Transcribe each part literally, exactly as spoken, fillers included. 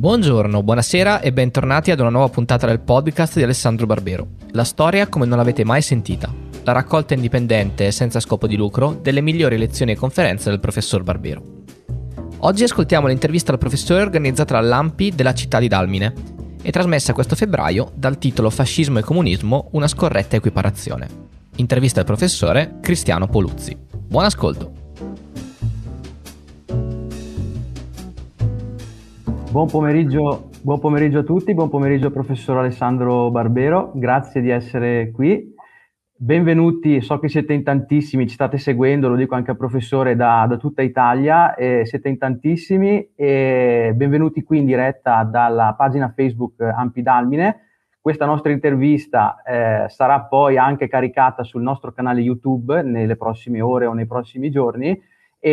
Buongiorno, buonasera e bentornati ad una nuova puntata del podcast di Alessandro Barbero. La storia come non l'avete mai sentita. La raccolta indipendente e senza scopo di lucro delle migliori lezioni e conferenze del professor Barbero. Oggi ascoltiamo l'intervista al professore organizzata dall'A M P I della città di Dalmine e trasmessa questo febbraio dal titolo Fascismo e comunismo, una scorretta equiparazione. Intervista al professore Cristiano Poluzzi. Buon ascolto! Buon pomeriggio, buon pomeriggio a tutti, buon pomeriggio professor Alessandro Barbero, grazie di essere qui. Benvenuti, so che siete in tantissimi, ci state seguendo, lo dico anche al professore, da, da tutta Italia, eh, siete in tantissimi e benvenuti qui in diretta dalla pagina Facebook A M P I Dalmine. Questa nostra intervista eh, sarà poi anche caricata sul nostro canale YouTube nelle prossime ore o nei prossimi giorni.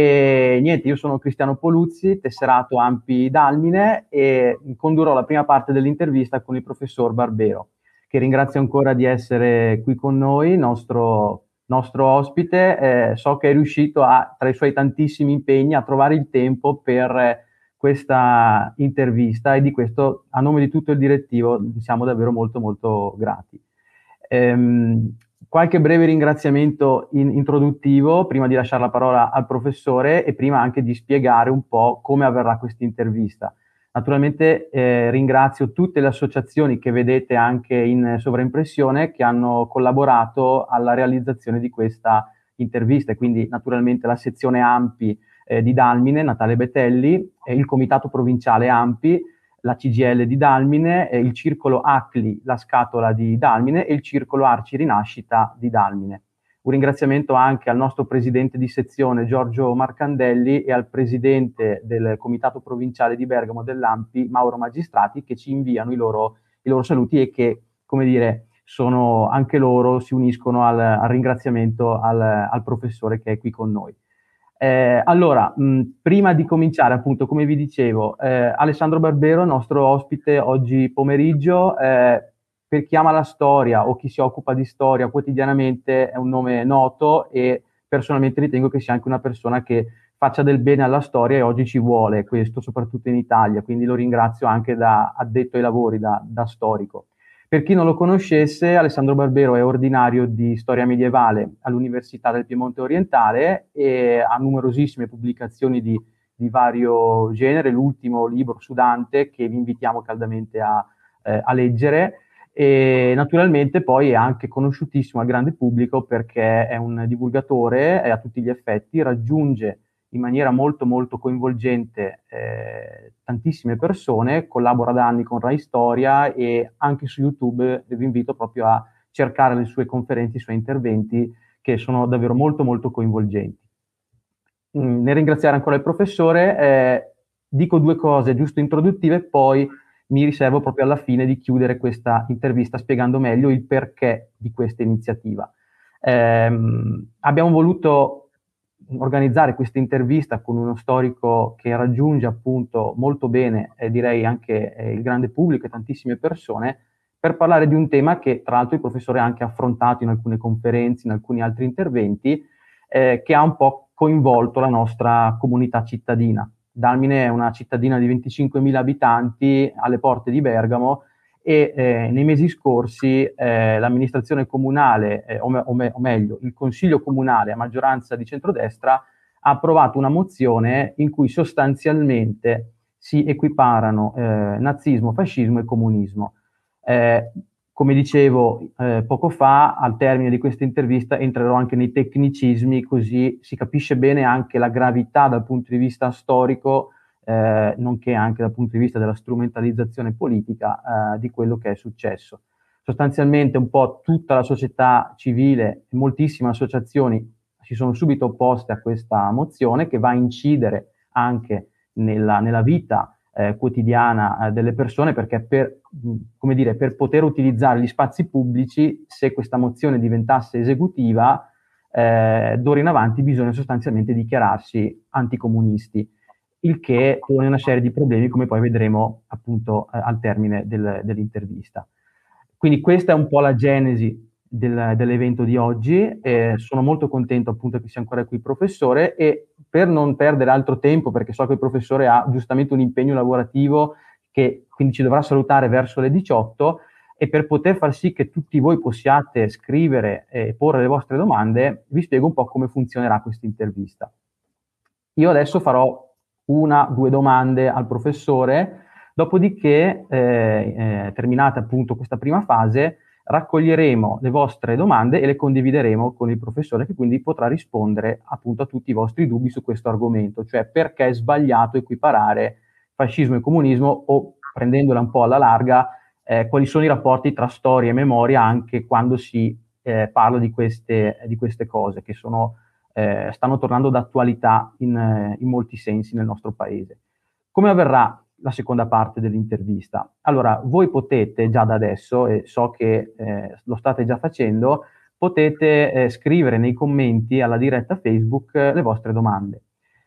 E niente, io sono Cristiano Poluzzi, tesserato A M P I Dalmine e condurrò la prima parte dell'intervista con il professor Barbero, che ringrazio ancora di essere qui con noi, nostro, nostro ospite. Eh, so che è riuscito a, tra i suoi tantissimi impegni, a trovare il tempo per questa intervista e di questo, a nome di tutto il direttivo, siamo davvero molto molto grati. Ehm, Qualche breve ringraziamento in, introduttivo prima di lasciare la parola al professore e prima anche di spiegare un po' come avverrà questa intervista. Naturalmente eh, ringrazio tutte le associazioni che vedete anche in sovraimpressione che hanno collaborato alla realizzazione di questa intervista, e quindi naturalmente la sezione A M P I eh, di Dalmine, Natale Betelli, e il comitato provinciale A M P I, la C G I L di Dalmine, eh, il circolo A C L I, la scatola di Dalmine e il circolo Arci Rinascita di Dalmine. Un ringraziamento anche al nostro presidente di sezione Giorgio Marcandelli e al presidente del comitato provinciale di Bergamo dell'A M P I Mauro Magistrati, che ci inviano i loro, i loro saluti e che, come dire, sono anche loro, si uniscono al, al ringraziamento al, al professore che è qui con noi. Eh, allora, mh, prima di cominciare, appunto, come vi dicevo, eh, Alessandro Barbero, nostro ospite oggi pomeriggio. Eh, per chi ama la storia o chi si occupa di storia quotidianamente è un nome noto e personalmente ritengo che sia anche una persona che faccia del bene alla storia e oggi ci vuole questo, soprattutto in Italia, quindi lo ringrazio anche da addetto ai lavori, da, da storico. Per chi non lo conoscesse, Alessandro Barbero è ordinario di storia medievale all'Università del Piemonte Orientale e ha numerosissime pubblicazioni di, di vario genere, l'ultimo libro su Dante che vi invitiamo caldamente a, eh, a leggere, e naturalmente poi è anche conosciutissimo al grande pubblico perché è un divulgatore e a tutti gli effetti raggiunge in maniera molto molto coinvolgente eh, tantissime persone, collabora da anni con Rai Storia e anche su YouTube vi invito proprio a cercare le sue conferenze, i suoi interventi che sono davvero molto molto coinvolgenti. Mm, nel ringraziare ancora il professore, eh, dico due cose giusto introduttive, poi mi riservo proprio alla fine di chiudere questa intervista spiegando meglio il perché di questa iniziativa. Eh, abbiamo voluto organizzare questa intervista con uno storico che raggiunge appunto molto bene, eh, direi anche eh, il grande pubblico e tantissime persone, per parlare di un tema che tra l'altro il professore ha anche affrontato in alcune conferenze, in alcuni altri interventi, eh, che ha un po' coinvolto la nostra comunità cittadina. Dalmine è una cittadina di venticinquemila abitanti alle porte di Bergamo e eh, nei mesi scorsi eh, l'amministrazione comunale, eh, o, me, o, me, o meglio il consiglio comunale a maggioranza di centrodestra ha approvato una mozione in cui sostanzialmente si equiparano eh, nazismo, fascismo e comunismo. Eh, come dicevo eh, poco fa, al termine di questa intervista entrerò anche nei tecnicismi, così si capisce bene anche la gravità dal punto di vista storico, eh, nonché anche dal punto di vista della strumentalizzazione politica eh, di quello che è successo. Sostanzialmente un po' tutta la società civile e moltissime associazioni si sono subito opposte a questa mozione che va a incidere anche nella, nella vita eh, quotidiana eh, delle persone, perché per, come dire, per poter utilizzare gli spazi pubblici, se questa mozione diventasse esecutiva, eh, d'ora in avanti bisogna sostanzialmente dichiararsi anticomunisti, il che pone una serie di problemi, come poi vedremo appunto eh, al termine del, dell'intervista. Quindi questa è un po' la genesi del, dell'evento di oggi. Eh, sono molto contento appunto che sia ancora qui il professore e per non perdere altro tempo, perché so che il professore ha giustamente un impegno lavorativo che quindi ci dovrà salutare verso le diciotto, e per poter far sì che tutti voi possiate scrivere e porre le vostre domande, vi spiego un po' come funzionerà questa intervista. Io adesso farò una, due domande al professore, dopodiché, eh, eh, terminata appunto questa prima fase, raccoglieremo le vostre domande e le condivideremo con il professore, che quindi potrà rispondere appunto a tutti i vostri dubbi su questo argomento, cioè perché è sbagliato equiparare fascismo e comunismo, o prendendola un po' alla larga, eh, quali sono i rapporti tra storia e memoria anche quando si eh, parla di queste, di queste cose che sono, eh, stanno tornando d'attualità in, in molti sensi nel nostro paese. Come avverrà la seconda parte dell'intervista? Allora, voi potete già da adesso, e so che eh, lo state già facendo, potete eh, scrivere nei commenti alla diretta Facebook eh, le vostre domande.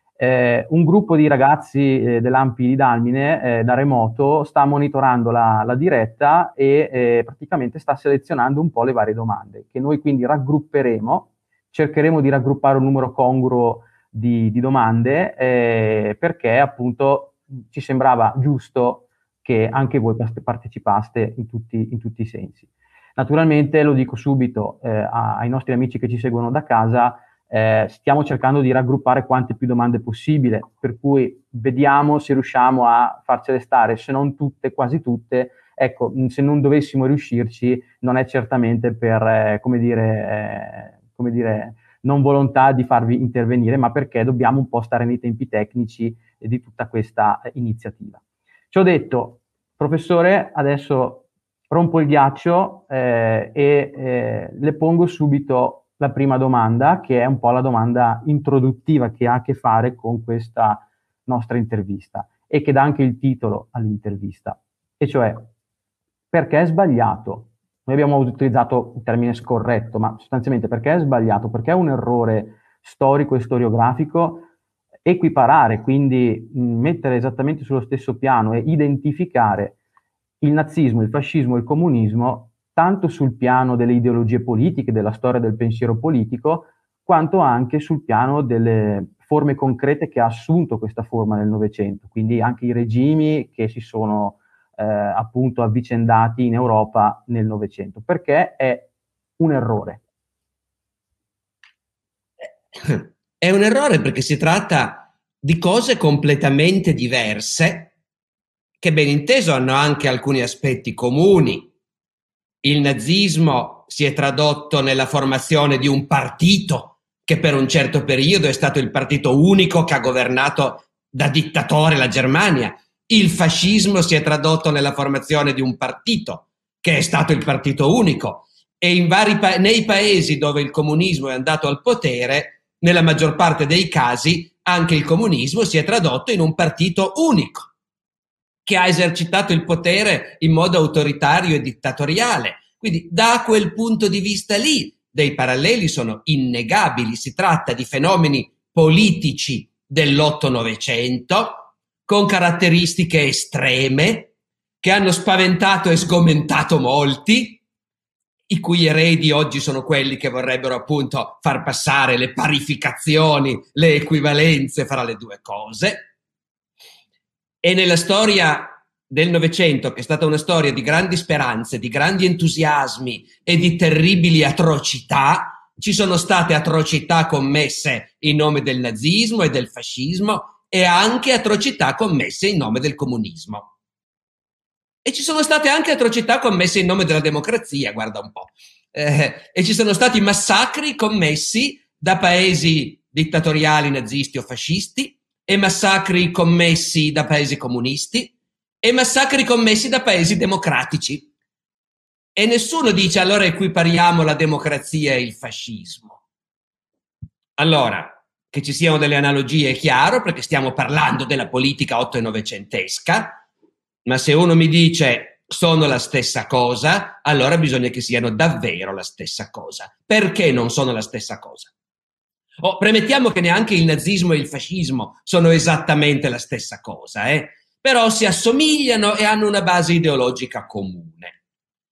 Eh, un gruppo di ragazzi eh, dell'A M P I di Dalmine eh, da remoto sta monitorando la, la diretta e eh, praticamente sta selezionando un po' le varie domande, che noi quindi raggrupperemo, cercheremo di raggruppare un numero congruo di, di domande eh, perché appunto ci sembrava giusto che anche voi partecipaste in tutti, in tutti i sensi. Naturalmente, lo dico subito eh, ai nostri amici che ci seguono da casa, eh, stiamo cercando di raggruppare quante più domande possibile, per cui vediamo se riusciamo a farcele stare, se non tutte, quasi tutte. Ecco, se non dovessimo riuscirci, non è certamente per, eh, come dire, eh, come dire, non volontà di farvi intervenire, ma perché dobbiamo un po' stare nei tempi tecnici di tutta questa eh, iniziativa. Ciò detto, professore, adesso rompo il ghiaccio eh, e eh, le pongo subito la prima domanda, che è un po' la domanda introduttiva che ha a che fare con questa nostra intervista e che dà anche il titolo all'intervista, e cioè: perché è sbagliato? Noi abbiamo utilizzato il termine scorretto, ma sostanzialmente perché è sbagliato? Perché è un errore storico e storiografico equiparare, quindi mh, mettere esattamente sullo stesso piano e identificare il nazismo, il fascismo e il comunismo tanto sul piano delle ideologie politiche, della storia del pensiero politico, quanto anche sul piano delle forme concrete che ha assunto questa forma nel Novecento, quindi anche i regimi che si sono eh, appunto avvicendati in Europa nel Novecento. Perché è un errore? È un errore perché si tratta di cose completamente diverse, che ben inteso hanno anche alcuni aspetti comuni. Il nazismo si è tradotto nella formazione di un partito che per un certo periodo è stato il partito unico che ha governato da dittatore la Germania. Il fascismo si è tradotto nella formazione di un partito che è stato il partito unico, e in vari pa- nei paesi dove il comunismo è andato al potere, nella maggior parte dei casi anche il comunismo si è tradotto in un partito unico che ha esercitato il potere in modo autoritario e dittatoriale. Quindi da quel punto di vista lì dei paralleli sono innegabili. Si tratta di fenomeni politici dell'otto Novecento con caratteristiche estreme che hanno spaventato e sgomentato molti, i cui eredi oggi sono quelli che vorrebbero appunto far passare le parificazioni, le equivalenze fra le due cose. E nella storia del Novecento, che è stata una storia di grandi speranze, di grandi entusiasmi e di terribili atrocità, ci sono state atrocità commesse in nome del nazismo e del fascismo, e anche atrocità commesse in nome del comunismo. E ci sono state anche atrocità commesse in nome della democrazia, guarda un po'. Eh, e ci sono stati massacri commessi da paesi dittatoriali, nazisti o fascisti, e massacri commessi da paesi comunisti, e massacri commessi da paesi democratici. E nessuno dice allora equipariamo la democrazia e il fascismo. Allora, che ci siano delle analogie è chiaro, perché stiamo parlando della politica otto e novecentesca, ma se uno mi dice sono la stessa cosa, allora bisogna che siano davvero la stessa cosa. Perché non sono la stessa cosa? Oh, premettiamo che neanche il nazismo e il fascismo sono esattamente la stessa cosa, eh? Però si assomigliano e hanno una base ideologica comune.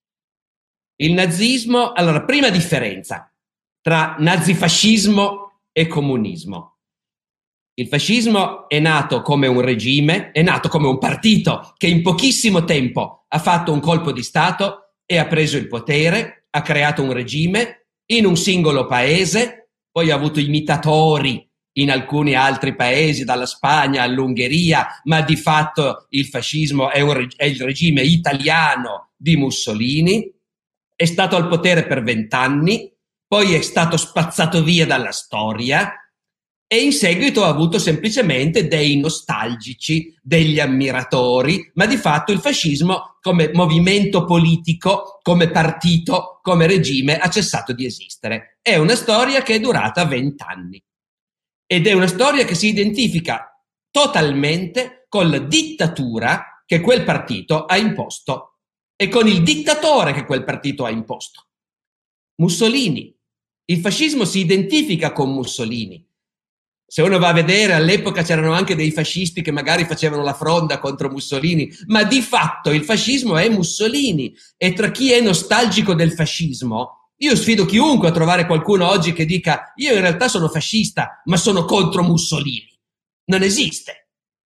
Il nazismo, allora, prima differenza tra nazifascismo e comunismo. Il fascismo è nato come un regime, è nato come un partito che in pochissimo tempo ha fatto un colpo di Stato e ha preso il potere, ha creato un regime in un singolo paese, poi ha avuto imitatori in alcuni altri paesi, dalla Spagna all'Ungheria, ma di fatto il fascismo è, un, è il regime italiano di Mussolini, è stato al potere per vent'anni, poi è stato spazzato via dalla storia e in seguito ha avuto semplicemente dei nostalgici, degli ammiratori, ma di fatto il fascismo come movimento politico, come partito, come regime ha cessato di esistere. È una storia che è durata vent'anni ed è una storia che si identifica totalmente con la dittatura che quel partito ha imposto e con il dittatore che quel partito ha imposto. Mussolini. Il fascismo si identifica con Mussolini. Se uno va a vedere, all'epoca c'erano anche dei fascisti che magari facevano la fronda contro Mussolini, ma di fatto il fascismo è Mussolini. E tra chi è nostalgico del fascismo, io sfido chiunque a trovare qualcuno oggi che dica io in realtà sono fascista, ma sono contro Mussolini. Non esiste.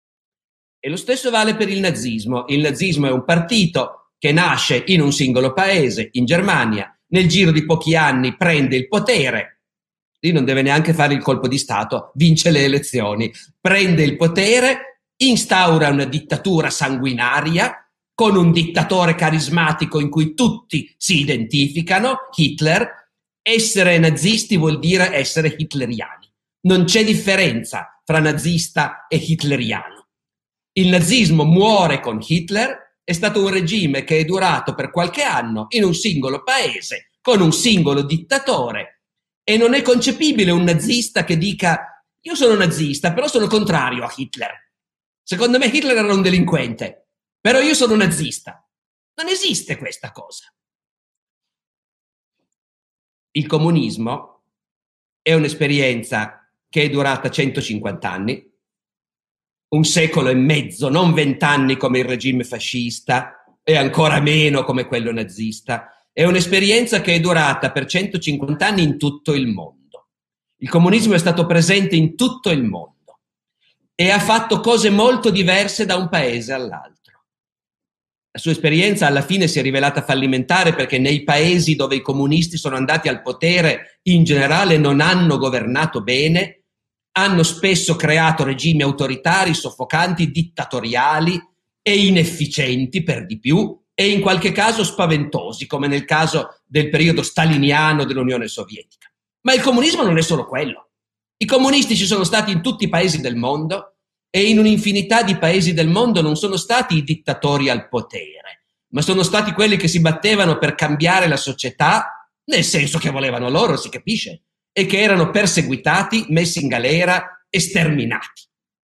E lo stesso vale per il nazismo. Il nazismo è un partito che nasce in un singolo paese, in Germania, nel giro di pochi anni prende il potere. Lì non deve neanche fare il colpo di Stato, vince le elezioni, prende il potere, instaura una dittatura sanguinaria con un dittatore carismatico in cui tutti si identificano, Hitler. Essere nazisti vuol dire essere hitleriani. Non c'è differenza fra nazista e hitleriano. Il nazismo muore con Hitler, è stato un regime che è durato per qualche anno in un singolo paese, con un singolo dittatore. E non è concepibile un nazista che dica io sono nazista, però sono contrario a Hitler. Secondo me Hitler era un delinquente, però io sono nazista. Non esiste questa cosa. Il comunismo è un'esperienza che è durata centocinquanta anni, un secolo e mezzo, non vent'anni come il regime fascista e ancora meno come quello nazista. È un'esperienza che è durata per centocinquanta anni in tutto il mondo. Il comunismo è stato presente in tutto il mondo e ha fatto cose molto diverse da un paese all'altro. La sua esperienza alla fine si è rivelata fallimentare perché nei paesi dove i comunisti sono andati al potere in generale non hanno governato bene, hanno spesso creato regimi autoritari, soffocanti, dittatoriali e inefficienti per di più, e in qualche caso spaventosi, come nel caso del periodo staliniano dell'Unione Sovietica. Ma il comunismo non è solo quello. I comunisti ci sono stati in tutti i paesi del mondo e in un'infinità di paesi del mondo non sono stati i dittatori al potere, ma sono stati quelli che si battevano per cambiare la società, nel senso che volevano loro, si capisce, e che erano perseguitati, messi in galera e sterminati.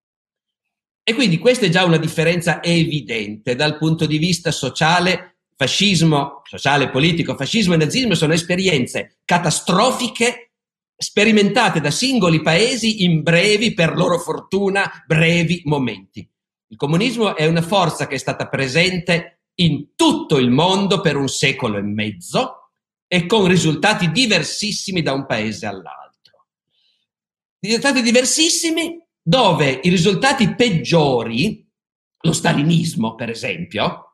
E quindi questa è già una differenza evidente dal punto di vista sociale. Fascismo, sociale, politico, fascismo e nazismo sono esperienze catastrofiche sperimentate da singoli paesi in brevi, per loro fortuna, brevi momenti. Il comunismo è una forza che è stata presente in tutto il mondo per un secolo e mezzo e con risultati diversissimi da un paese all'altro. Risultati diversissimi dove i risultati peggiori, lo stalinismo per esempio,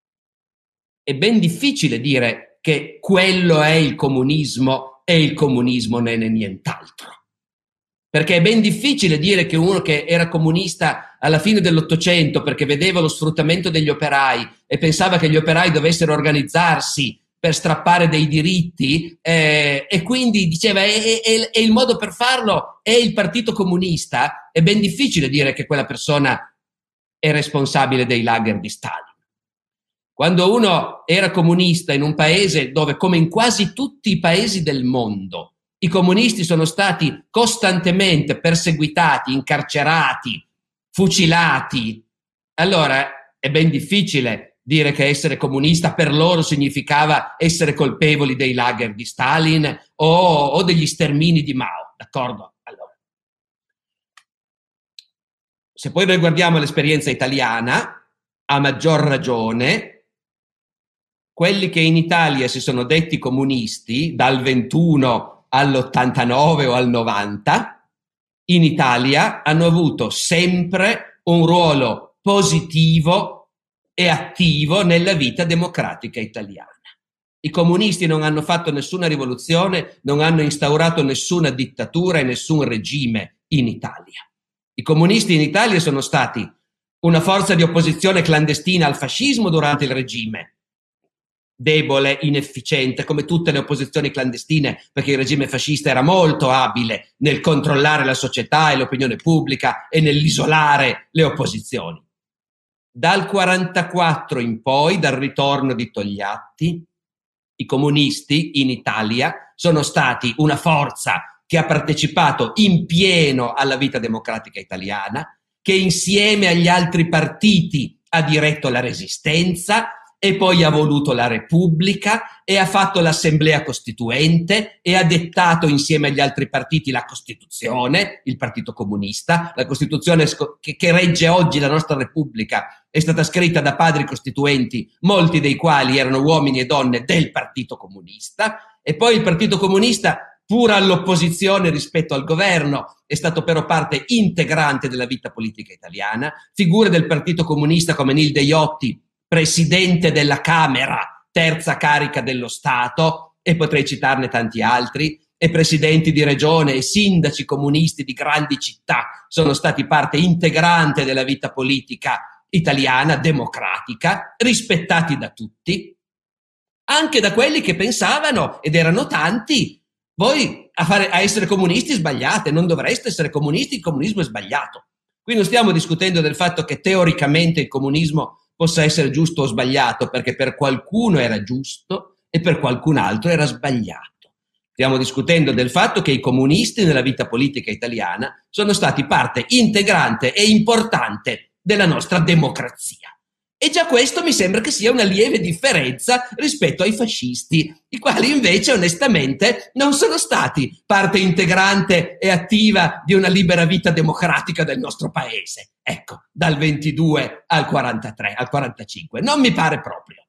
è ben difficile dire che quello è il comunismo e il comunismo non è nient'altro. Perché è ben difficile dire che uno che era comunista alla fine dell'Ottocento perché vedeva lo sfruttamento degli operai e pensava che gli operai dovessero organizzarsi per strappare dei diritti eh, e quindi diceva è, è, è il modo per farlo è il Partito Comunista, è ben difficile dire che quella persona è responsabile dei lager di Stalin. Quando uno era comunista in un paese dove, come in quasi tutti i paesi del mondo, i comunisti sono stati costantemente perseguitati, incarcerati, fucilati, allora è ben difficile dire che essere comunista per loro significava essere colpevoli dei lager di Stalin o, o degli stermini di Mao, d'accordo? Allora, se poi noi guardiamo l'esperienza italiana, a maggior ragione, quelli che in Italia si sono detti comunisti dal ventuno all'ottantanove o al novanta, in Italia hanno avuto sempre un ruolo positivo e attivo nella vita democratica italiana. I comunisti non hanno fatto nessuna rivoluzione, non hanno instaurato nessuna dittatura e nessun regime in Italia. I comunisti in Italia sono stati una forza di opposizione clandestina al fascismo durante il regime, debole, inefficiente, come tutte le opposizioni clandestine, perché il regime fascista era molto abile nel controllare la società e l'opinione pubblica e nell'isolare le opposizioni. Dal quarantaquattro in poi, dal ritorno di Togliatti, i comunisti in Italia sono stati una forza che ha partecipato in pieno alla vita democratica italiana, che insieme agli altri partiti ha diretto la Resistenza e poi ha voluto la Repubblica e ha fatto l'Assemblea Costituente e ha dettato insieme agli altri partiti la Costituzione, il Partito Comunista. La Costituzione che, che regge oggi la nostra Repubblica è stata scritta da padri costituenti, molti dei quali erano uomini e donne del Partito Comunista, e poi il Partito Comunista, pur all'opposizione rispetto al governo, è stato però parte integrante della vita politica italiana. Figure del Partito Comunista come Nilde Iotti, presidente della Camera, terza carica dello Stato, e potrei citarne tanti altri, e presidenti di regione e sindaci comunisti di grandi città sono stati parte integrante della vita politica italiana, democratica, rispettati da tutti, anche da quelli che pensavano, ed erano tanti, voi a, fare, a essere comunisti sbagliate, non dovreste essere comunisti, il comunismo è sbagliato. Qui non stiamo discutendo del fatto che teoricamente il comunismo possa essere giusto o sbagliato, perché per qualcuno era giusto e per qualcun altro era sbagliato. Stiamo discutendo del fatto che i comunisti nella vita politica italiana sono stati parte integrante e importante della nostra democrazia. E già questo mi sembra che sia una lieve differenza rispetto ai fascisti, i quali invece onestamente non sono stati parte integrante e attiva di una libera vita democratica del nostro paese. Ecco, dal ventidue al quarantatré, al quarantacinque. Non mi pare proprio.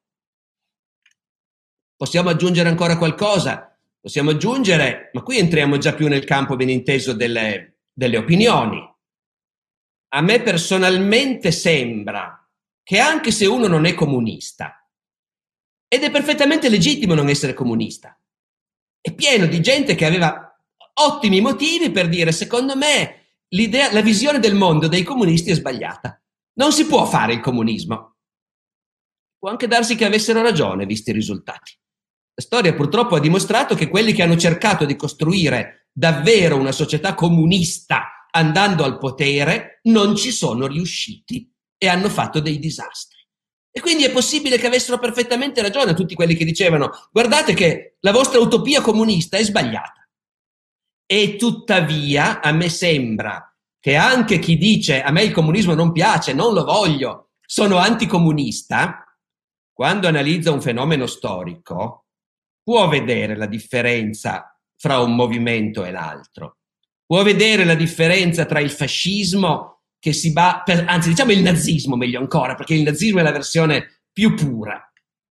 Possiamo aggiungere ancora qualcosa? Possiamo aggiungere, ma qui entriamo già più nel campo ben inteso delle, delle opinioni. A me personalmente sembra che anche se uno non è comunista, ed è perfettamente legittimo non essere comunista, è pieno di gente che aveva ottimi motivi per dire: secondo me l'idea, la visione del mondo dei comunisti è sbagliata, non si può fare il comunismo. Può anche darsi che avessero ragione, visti i risultati. La storia purtroppo ha dimostrato che quelli che hanno cercato di costruire davvero una società comunista andando al potere non ci sono riusciti e hanno fatto dei disastri. E quindi è possibile che avessero perfettamente ragione tutti quelli che dicevano: guardate che la vostra utopia comunista è sbagliata. E tuttavia a me sembra che anche chi dice: a me il comunismo non piace, non lo voglio, sono anticomunista, quando analizza un fenomeno storico può vedere la differenza fra un movimento e l'altro, può vedere la differenza tra il fascismo che si ba- per, anzi diciamo il nazismo meglio ancora, perché il nazismo è la versione più pura.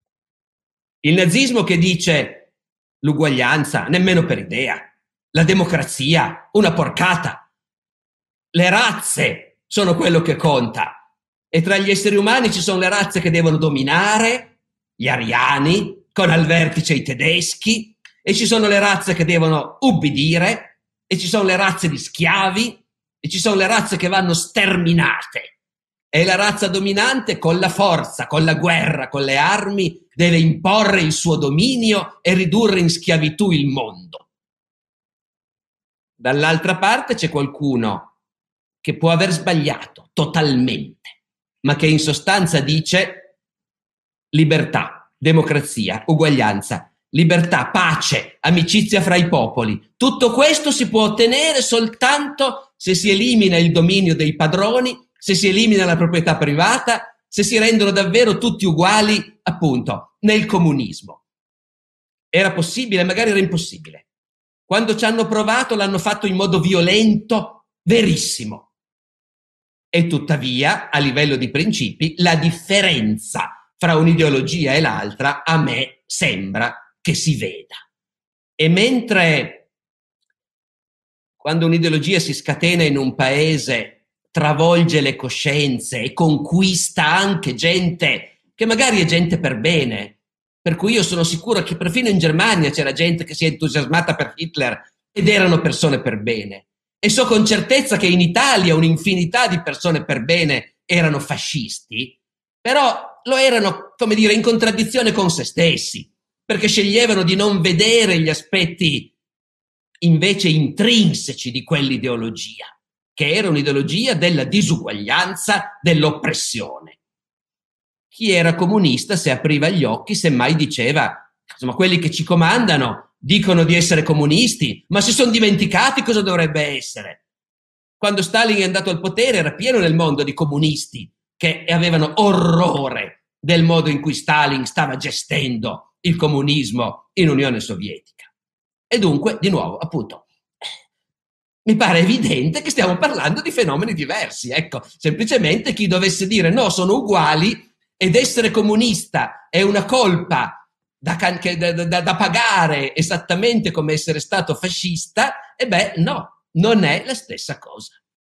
Il nazismo che dice: l'uguaglianza, nemmeno per idea, la democrazia, una porcata, le razze sono quello che conta, e tra gli esseri umani ci sono le razze che devono dominare, gli ariani, con al vertice i tedeschi, e ci sono le razze che devono ubbidire, e ci sono le razze di schiavi, e ci sono le razze che vanno sterminate, e la razza dominante con la forza, con la guerra, con le armi deve imporre il suo dominio e ridurre in schiavitù il mondo. Dall'altra parte c'è qualcuno che può aver sbagliato totalmente, ma che in sostanza dice: libertà, democrazia, uguaglianza, libertà, pace, amicizia fra i popoli. Tutto questo si può ottenere soltanto se si elimina il dominio dei padroni, se si elimina la proprietà privata, se si rendono davvero tutti uguali, appunto, nel comunismo. Era possibile? Magari era impossibile. Quando ci hanno provato l'hanno fatto in modo violento, verissimo. E tuttavia, a livello di principi, la differenza fra un'ideologia e l'altra a me sembra che si veda. E mentre quando un'ideologia si scatena in un paese, travolge le coscienze e conquista anche gente che magari è gente per bene. Per cui io sono sicuro che perfino in Germania c'era gente che si è entusiasmata per Hitler ed erano persone per bene. E so con certezza che in Italia un'infinità di persone per bene erano fascisti, però lo erano, come dire, in contraddizione con se stessi, perché sceglievano di non vedere gli aspetti invece intrinseci di quell'ideologia, che era un'ideologia della disuguaglianza, dell'oppressione. Chi era comunista, se apriva gli occhi, semmai diceva, insomma, quelli che ci comandano dicono di essere comunisti, ma si sono dimenticati cosa dovrebbe essere. Quando Stalin è andato al potere era pieno nel mondo di comunisti che avevano orrore del modo in cui Stalin stava gestendo il comunismo in Unione Sovietica. E dunque, di nuovo, appunto, mi pare evidente che stiamo parlando di fenomeni diversi. Ecco, semplicemente chi dovesse dire no, sono uguali ed essere comunista è una colpa da, da, da, da pagare esattamente come essere stato fascista, e beh, no, non è la stessa cosa.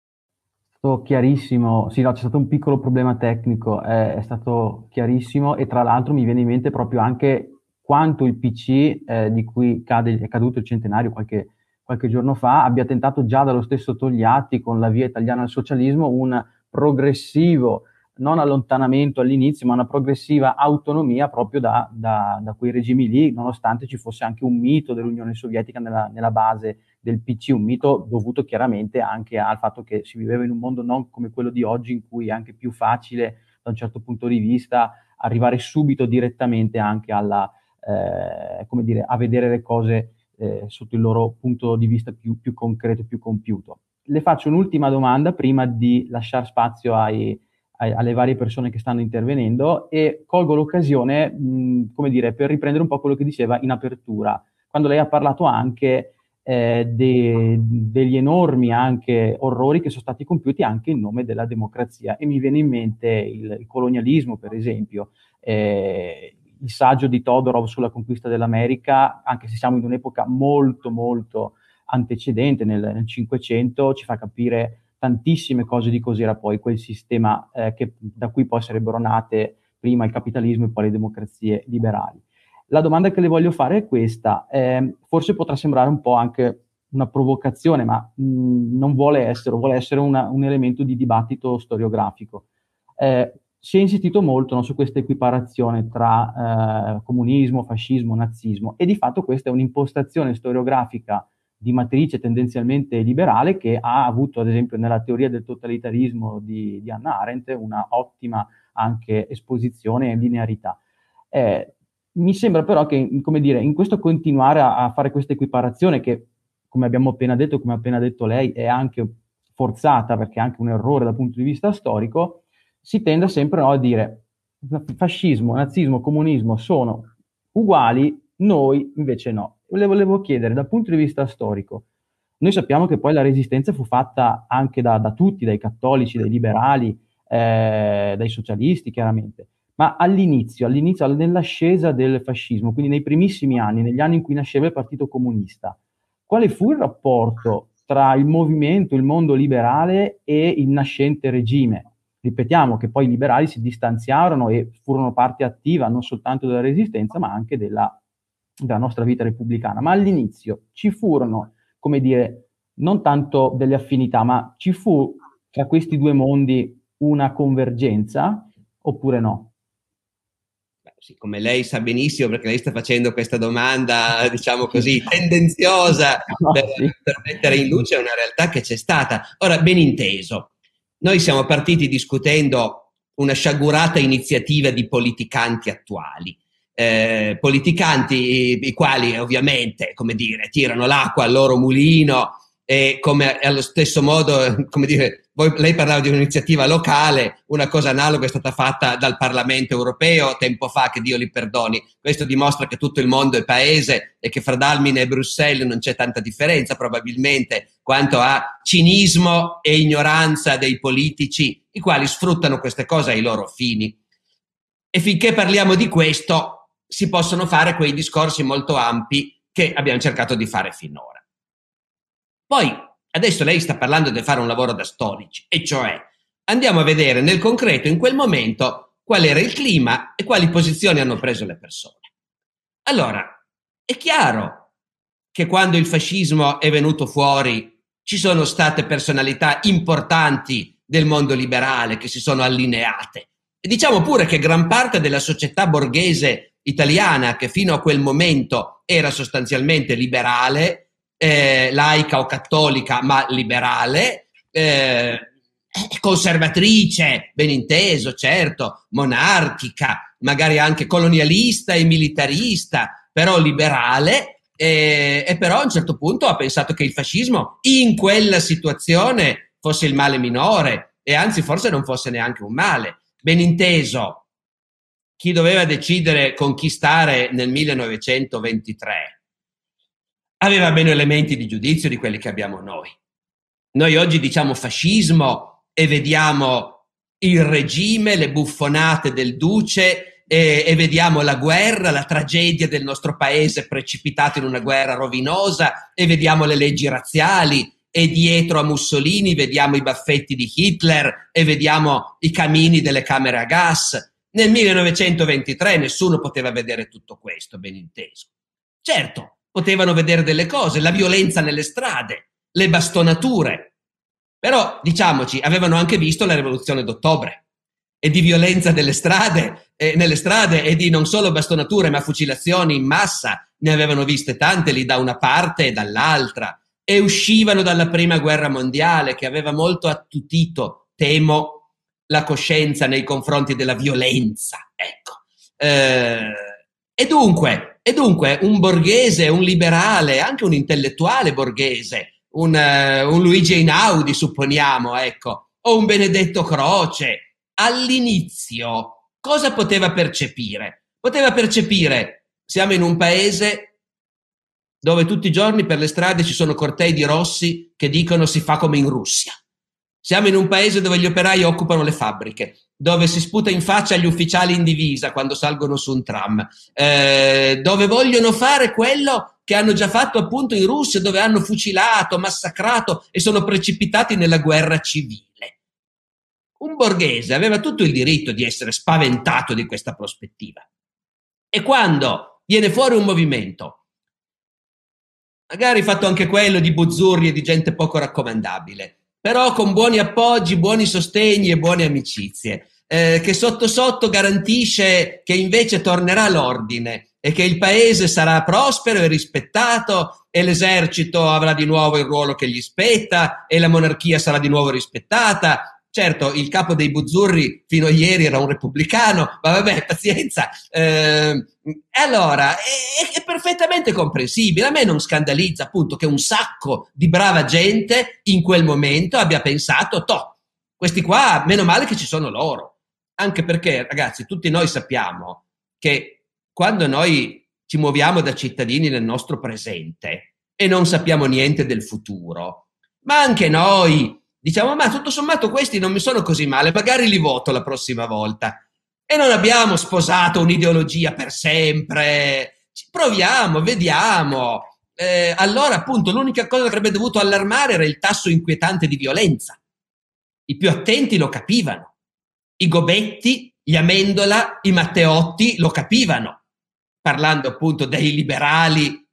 È stato chiarissimo, sì, no, c'è stato un piccolo problema tecnico, è, è stato chiarissimo, e tra l'altro mi viene in mente proprio anche quanto il P C, eh, di cui cade, è caduto il centenario qualche, qualche giorno fa, abbia tentato già dallo stesso Togliatti, con la via italiana al socialismo, un progressivo, non allontanamento all'inizio, ma una progressiva autonomia proprio da, da, da quei regimi lì, nonostante ci fosse anche un mito dell'Unione Sovietica nella, nella base del P C, un mito dovuto chiaramente anche al fatto che si viveva in un mondo non come quello di oggi, in cui è anche più facile, da un certo punto di vista, arrivare subito direttamente anche alla Eh, come dire, a vedere le cose eh, sotto il loro punto di vista più, più concreto, più compiuto. Le faccio un'ultima domanda prima di lasciare spazio ai, ai, alle varie persone che stanno intervenendo, e colgo l'occasione, mh, come dire, per riprendere un po' quello che diceva in apertura, quando lei ha parlato anche eh, de, degli enormi anche orrori che sono stati compiuti anche in nome della democrazia, e mi viene in mente il, il colonialismo, per esempio. Eh, il saggio di Todorov sulla conquista dell'America, anche se siamo in un'epoca molto molto antecedente, nel, nel Cinquecento, ci fa capire tantissime cose di cos'era poi quel sistema eh, che, da cui poi sarebbero nate prima il capitalismo e poi le democrazie liberali. La domanda che le voglio fare è questa, eh, forse potrà sembrare un po' anche una provocazione, ma mh, non vuole essere, vuole essere una, un elemento di dibattito storiografico. Eh, Si è insistito molto, no, su questa equiparazione tra eh, comunismo, fascismo, nazismo, e di fatto questa è un'impostazione storiografica di matrice tendenzialmente liberale, che ha avuto, ad esempio, nella teoria del totalitarismo di, di Hannah Arendt, una ottima anche esposizione e linearità. Eh, mi sembra però che, come dire, in questo continuare a, a fare questa equiparazione, che, come abbiamo appena detto, come ha appena detto lei, è anche forzata, perché è anche un errore dal punto di vista storico, si tende sempre, no, a dire fascismo, nazismo, comunismo sono uguali, noi invece no. Le volevo chiedere, dal punto di vista storico, noi sappiamo che poi la resistenza fu fatta anche da, da tutti, dai cattolici, dai liberali, eh, dai socialisti chiaramente, ma all'inizio, all'inizio, nell'ascesa del fascismo, quindi nei primissimi anni, negli anni in cui nasceva il Partito Comunista, quale fu il rapporto tra il movimento, il mondo liberale e il nascente regime? Ripetiamo che poi i liberali si distanziarono e furono parte attiva non soltanto della resistenza, ma anche della, della nostra vita repubblicana. Ma all'inizio ci furono, come dire, non tanto delle affinità, ma ci fu tra questi due mondi una convergenza, oppure no? Beh, sì, come lei sa benissimo, perché lei sta facendo questa domanda, diciamo così, tendenziosa, No, per, sì. per mettere in luce una realtà che c'è stata. Ora, ben inteso, noi siamo partiti discutendo una sciagurata iniziativa di politicanti attuali, eh, politicanti i, i quali ovviamente, come dire, tirano l'acqua al loro mulino, e come allo stesso modo, come dire, voi, lei parlava di un'iniziativa locale, una cosa analoga è stata fatta dal Parlamento europeo tempo fa, che Dio li perdoni. Questo dimostra che tutto il mondo è paese e che fra Dalmine e Bruxelles non c'è tanta differenza probabilmente quanto a cinismo e ignoranza dei politici, i quali sfruttano queste cose ai loro fini. E finché parliamo di questo si possono fare quei discorsi molto ampi che abbiamo cercato di fare finora. Poi Adesso lei sta parlando di fare un lavoro da storici, e cioè andiamo a vedere nel concreto in quel momento qual era il clima e quali posizioni hanno preso le persone. Allora, è chiaro che quando il fascismo è venuto fuori ci sono state personalità importanti del mondo liberale che si sono allineate. E diciamo pure che gran parte della società borghese italiana, che fino a quel momento era sostanzialmente liberale, eh, laica o cattolica, ma liberale, eh, conservatrice, ben inteso, certo, monarchica, magari anche colonialista e militarista, però liberale, eh, e però a un certo punto ha pensato che il fascismo in quella situazione fosse il male minore, e anzi forse non fosse neanche un male. Ben inteso, chi doveva decidere con chi stare nel millenovecentoventitré aveva meno elementi di giudizio di quelli che abbiamo noi. Noi oggi diciamo fascismo e vediamo il regime, le buffonate del duce e, e vediamo la guerra, la tragedia del nostro paese precipitato in una guerra rovinosa, e vediamo le leggi razziali, e dietro a Mussolini vediamo i baffetti di Hitler e vediamo i camini delle camere a gas. Nel millenovecentoventitré nessuno poteva vedere tutto questo, ben inteso. Certo, potevano vedere delle cose, la violenza nelle strade, le bastonature, però diciamoci, avevano anche visto la rivoluzione d'ottobre, e di violenza delle strade, eh, nelle strade e di non solo bastonature ma fucilazioni in massa ne avevano viste tante lì da una parte e dall'altra, e uscivano dalla prima guerra mondiale che aveva molto attutito, temo, la coscienza nei confronti della violenza, ecco. Eh, e dunque, e dunque un borghese, un liberale, anche un intellettuale borghese, un, uh, un Luigi Einaudi, supponiamo, ecco, o un Benedetto Croce, all'inizio cosa poteva percepire? Poteva percepire, siamo in un paese dove tutti i giorni per le strade ci sono cortei di rossi che dicono si fa come in Russia. Siamo in un paese dove gli operai occupano le fabbriche, dove si sputa in faccia agli ufficiali in divisa quando salgono su un tram, eh, dove vogliono fare quello che hanno già fatto appunto in Russia, dove hanno fucilato, massacrato e sono precipitati nella guerra civile. Un borghese aveva tutto il diritto di essere spaventato di questa prospettiva. E quando viene fuori un movimento, magari fatto anche quello di buzzurri e di gente poco raccomandabile, però con buoni appoggi, buoni sostegni e buone amicizie, eh, che sotto sotto garantisce che invece tornerà l'ordine e che il paese sarà prospero e rispettato, e l'esercito avrà di nuovo il ruolo che gli spetta, e la monarchia sarà di nuovo rispettata. Certo, il capo dei buzzurri fino a ieri era un repubblicano, ma vabbè, pazienza. Eh, allora, è, è perfettamente comprensibile. A me non scandalizza appunto che un sacco di brava gente in quel momento abbia pensato, toh, questi qua, meno male che ci sono loro. Anche perché, ragazzi, tutti noi sappiamo che quando noi ci muoviamo da cittadini nel nostro presente e non sappiamo niente del futuro, ma anche noi diciamo, ma tutto sommato questi non mi sono così male, magari li voto la prossima volta. E non abbiamo sposato un'ideologia per sempre. Proviamo, vediamo. Eh, allora, appunto, l'unica cosa che avrebbe dovuto allarmare era il tasso inquietante di violenza. I più attenti lo capivano. I Gobetti, gli Amendola, i Matteotti lo capivano, parlando appunto dei liberali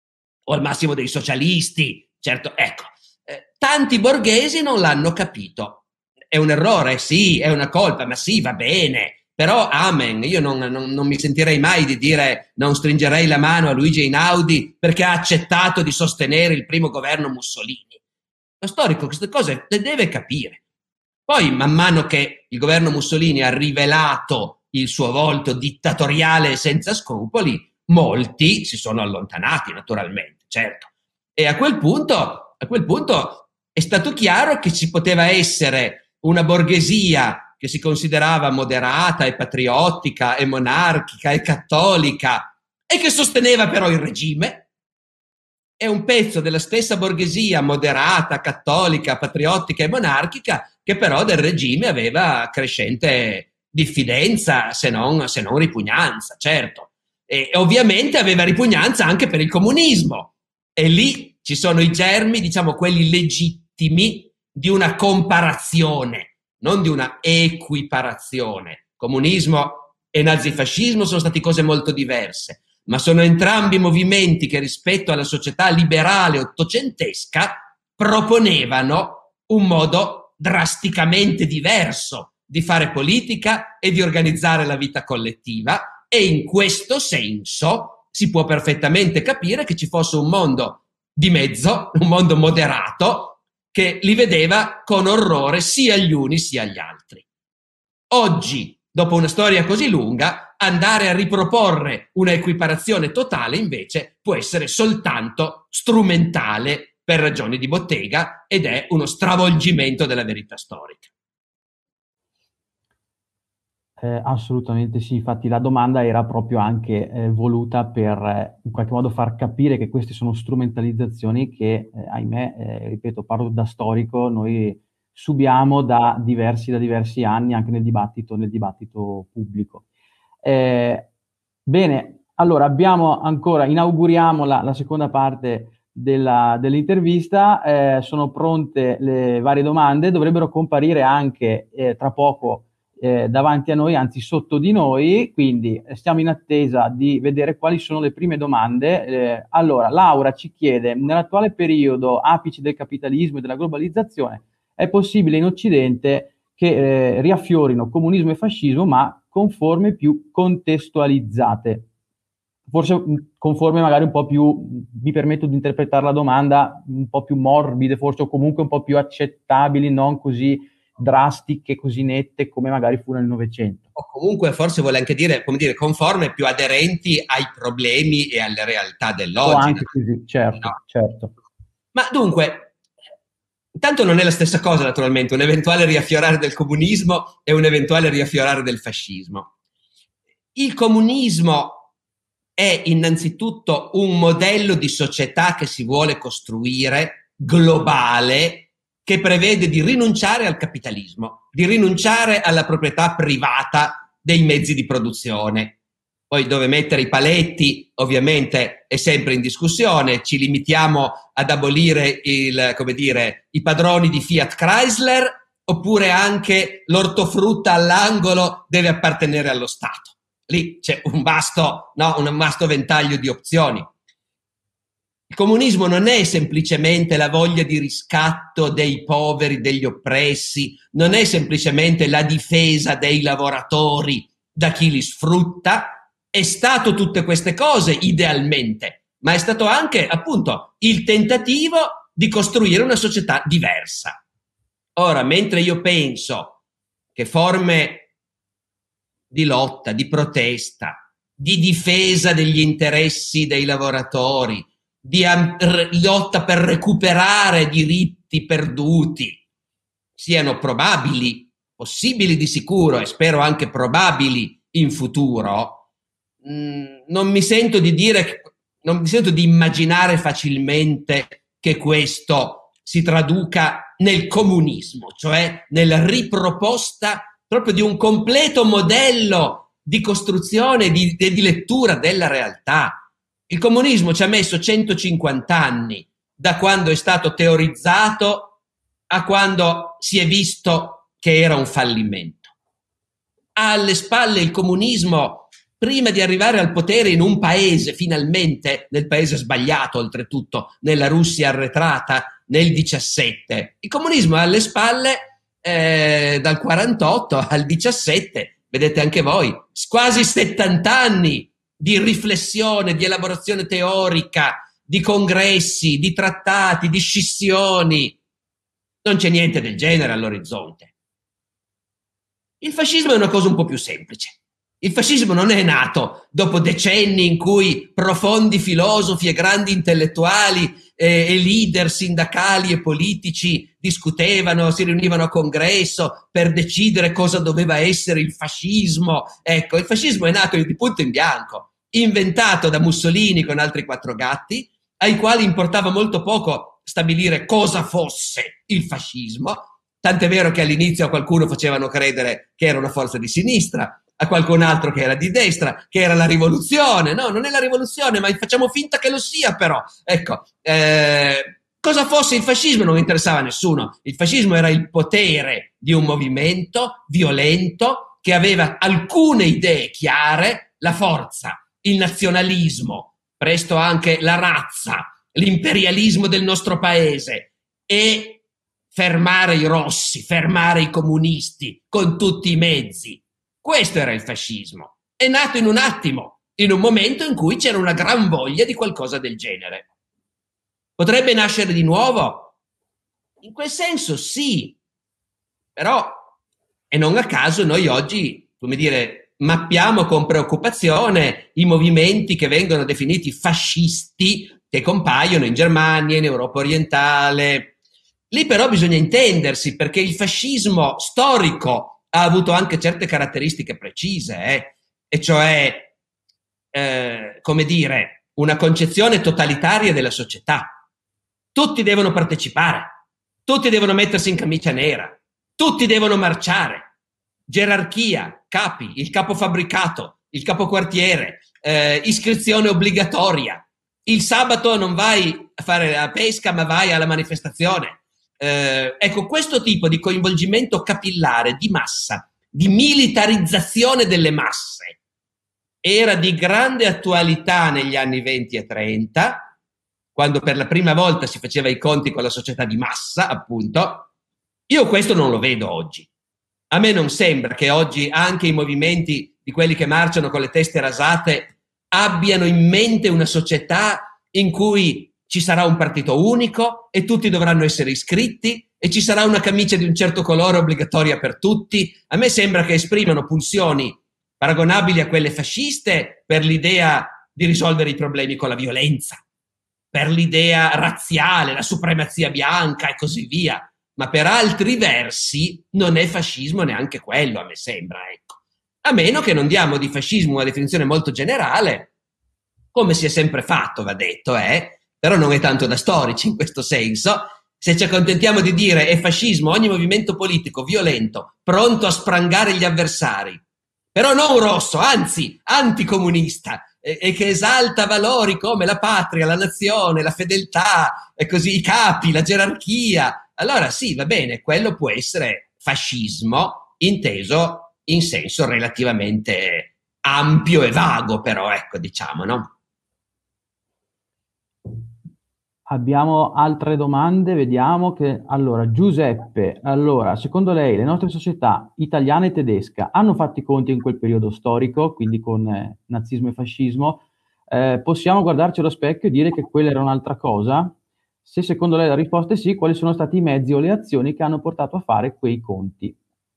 o al massimo dei socialisti. Certo, ecco. Eh, tanti borghesi non l'hanno capito. È un errore? Sì, è una colpa, ma sì, va bene. Però, amen, io non, non, non mi sentirei mai di dire, non stringerei la mano a Luigi Einaudi perché ha accettato di sostenere il primo governo Mussolini. Lo storico queste cose le deve capire. Poi, man mano che il governo Mussolini ha rivelato il suo volto dittatoriale e senza scrupoli, molti si sono allontanati, naturalmente, certo. E a quel punto... A quel punto è stato chiaro che ci poteva essere una borghesia che si considerava moderata e patriottica e monarchica e cattolica e che sosteneva però il regime, e un pezzo della stessa borghesia moderata, cattolica, patriottica e monarchica che però del regime aveva crescente diffidenza, se non, se non ripugnanza, certo. E ovviamente aveva ripugnanza anche per il comunismo, e lì ci sono i germi, diciamo quelli legittimi, di una comparazione, non di una equiparazione. Comunismo e nazifascismo sono stati cose molto diverse, ma sono entrambi movimenti che rispetto alla società liberale ottocentesca proponevano un modo drasticamente diverso di fare politica e di organizzare la vita collettiva, e in questo senso si può perfettamente capire che ci fosse un mondo di mezzo, un mondo moderato, che li vedeva con orrore sia gli uni sia gli altri. Oggi, dopo una storia così lunga, andare a riproporre una equiparazione totale invece può essere soltanto strumentale per ragioni di bottega, ed è uno stravolgimento della verità storica. Eh, assolutamente sì, infatti la domanda era proprio anche eh, voluta per eh, in qualche modo far capire che queste sono strumentalizzazioni che, eh, ahimè, eh, ripeto, parlo da storico, noi subiamo da diversi, da diversi anni anche nel dibattito, nel dibattito pubblico. Eh, bene, allora abbiamo ancora, inauguriamo la, la seconda parte della, dell'intervista, eh, sono pronte le varie domande, dovrebbero comparire anche eh, tra poco Eh, davanti a noi, anzi sotto di noi, quindi eh, stiamo in attesa di vedere quali sono le prime domande. Eh, allora, Laura ci chiede: nell'attuale periodo apice del capitalismo e della globalizzazione, è possibile in Occidente che eh, riaffiorino comunismo e fascismo, ma con forme più contestualizzate? Forse con forme magari un po' più, mi permetto di interpretare la domanda, un po' più morbide, forse, o comunque un po' più accettabili, non così drastiche, così nette come magari fu nel Novecento. O comunque forse vuole anche dire, come dire, con forme più aderenti ai problemi e alle realtà dell'oggi. O anche così, certo, no? certo. Ma dunque, intanto non è la stessa cosa naturalmente, un eventuale riaffiorare del comunismo e un eventuale riaffiorare del fascismo. Il comunismo è innanzitutto un modello di società che si vuole costruire, globale, che prevede di rinunciare al capitalismo, di rinunciare alla proprietà privata dei mezzi di produzione. Poi dove mettere i paletti ovviamente è sempre in discussione, ci limitiamo ad abolire il, come dire, i padroni di Fiat Chrysler, oppure anche l'ortofrutta all'angolo deve appartenere allo Stato. Lì c'è un vasto, no, un vasto ventaglio di opzioni. Il comunismo non è semplicemente la voglia di riscatto dei poveri, degli oppressi, non è semplicemente la difesa dei lavoratori da chi li sfrutta, è stato tutte queste cose idealmente, ma è stato anche, appunto, il tentativo di costruire una società diversa. Ora, mentre io penso che forme di lotta, di protesta, di difesa degli interessi dei lavoratori, di lotta per recuperare diritti perduti siano probabili, possibili di sicuro e spero anche probabili in futuro, mh, non mi sento di dire, non mi sento di immaginare facilmente che questo si traduca nel comunismo, cioè nella riproposta proprio di un completo modello di costruzione, di, di lettura della realtà. Il comunismo ci ha messo centocinquanta anni da quando è stato teorizzato a quando si è visto che era un fallimento. Ha alle spalle il comunismo prima di arrivare al potere in un paese, finalmente, nel paese sbagliato oltretutto, nella Russia arretrata nel diciassette. Il comunismo ha alle spalle eh, dal quarantotto al diciassette, vedete anche voi, quasi settanta anni di riflessione, di elaborazione teorica, di congressi, di trattati, di scissioni. Non c'è niente del genere all'orizzonte. Il fascismo è una cosa un po' più semplice. Il fascismo non è nato dopo decenni in cui profondi filosofi e grandi intellettuali eh, e leader sindacali e politici discutevano, si riunivano a congresso per decidere cosa doveva essere il fascismo. Ecco, il fascismo è nato di punto in bianco, inventato da Mussolini con altri quattro gatti, ai quali importava molto poco stabilire cosa fosse il fascismo, tant'è vero che all'inizio a qualcuno facevano credere che era una forza di sinistra, a qualcun altro che era di destra, che era la rivoluzione. No, non è la rivoluzione, ma facciamo finta che lo sia però. Ecco, eh, cosa fosse il fascismo non interessava a nessuno. Il fascismo era il potere di un movimento violento che aveva alcune idee chiare, la forza, il nazionalismo, presto anche la razza, l'imperialismo del nostro paese e fermare i rossi, fermare i comunisti con tutti i mezzi. Questo era il fascismo. È nato in un attimo, in un momento in cui c'era una gran voglia di qualcosa del genere. Potrebbe nascere di nuovo? In quel senso sì, però, e non a caso noi oggi, come dire, mappiamo con preoccupazione i movimenti che vengono definiti fascisti che compaiono in Germania, in Europa orientale. Lì però bisogna intendersi, perché il fascismo storico ha avuto anche certe caratteristiche precise, eh? E cioè, eh, come dire, una concezione totalitaria della società. Tutti devono partecipare, tutti devono mettersi in camicia nera, tutti devono marciare. Gerarchia, capi, il capofabbricato, il capoquartiere, eh, iscrizione obbligatoria. Il sabato non vai a fare la pesca, ma vai alla manifestazione. Eh, ecco, questo tipo di coinvolgimento capillare, di massa, di militarizzazione delle masse, era di grande attualità negli anni venti e trenta, quando per la prima volta si faceva i conti con la società di massa, appunto. Io questo non lo vedo oggi. A me non sembra che oggi anche i movimenti di quelli che marciano con le teste rasate abbiano in mente una società in cui ci sarà un partito unico e tutti dovranno essere iscritti e ci sarà una camicia di un certo colore obbligatoria per tutti. A me sembra che esprimano pulsioni paragonabili a quelle fasciste per l'idea di risolvere i problemi con la violenza, per l'idea razziale, la supremazia bianca e così via. Ma per altri versi non è fascismo neanche quello, a me sembra, ecco. A meno che non diamo di fascismo una definizione molto generale, come si è sempre fatto, va detto, eh? Però non è tanto da storici in questo senso. Se ci accontentiamo di dire è fascismo ogni movimento politico violento, pronto a sprangare gli avversari, però non rosso, anzi anticomunista, e, e che esalta valori come la patria, la nazione, la fedeltà, e così i capi, la gerarchia, allora sì, va bene, quello può essere fascismo inteso in senso relativamente ampio e vago, però ecco, diciamo, no? Abbiamo altre domande, vediamo che, allora, Giuseppe, allora, secondo lei le nostre società italiana e tedesca hanno fatto i conti in quel periodo storico, quindi con eh, nazismo e fascismo? Eh, possiamo guardarci allo specchio e dire che quella era un'altra cosa? Se secondo lei la risposta è sì, quali sono stati i mezzi o le azioni che hanno portato a fare quei conti?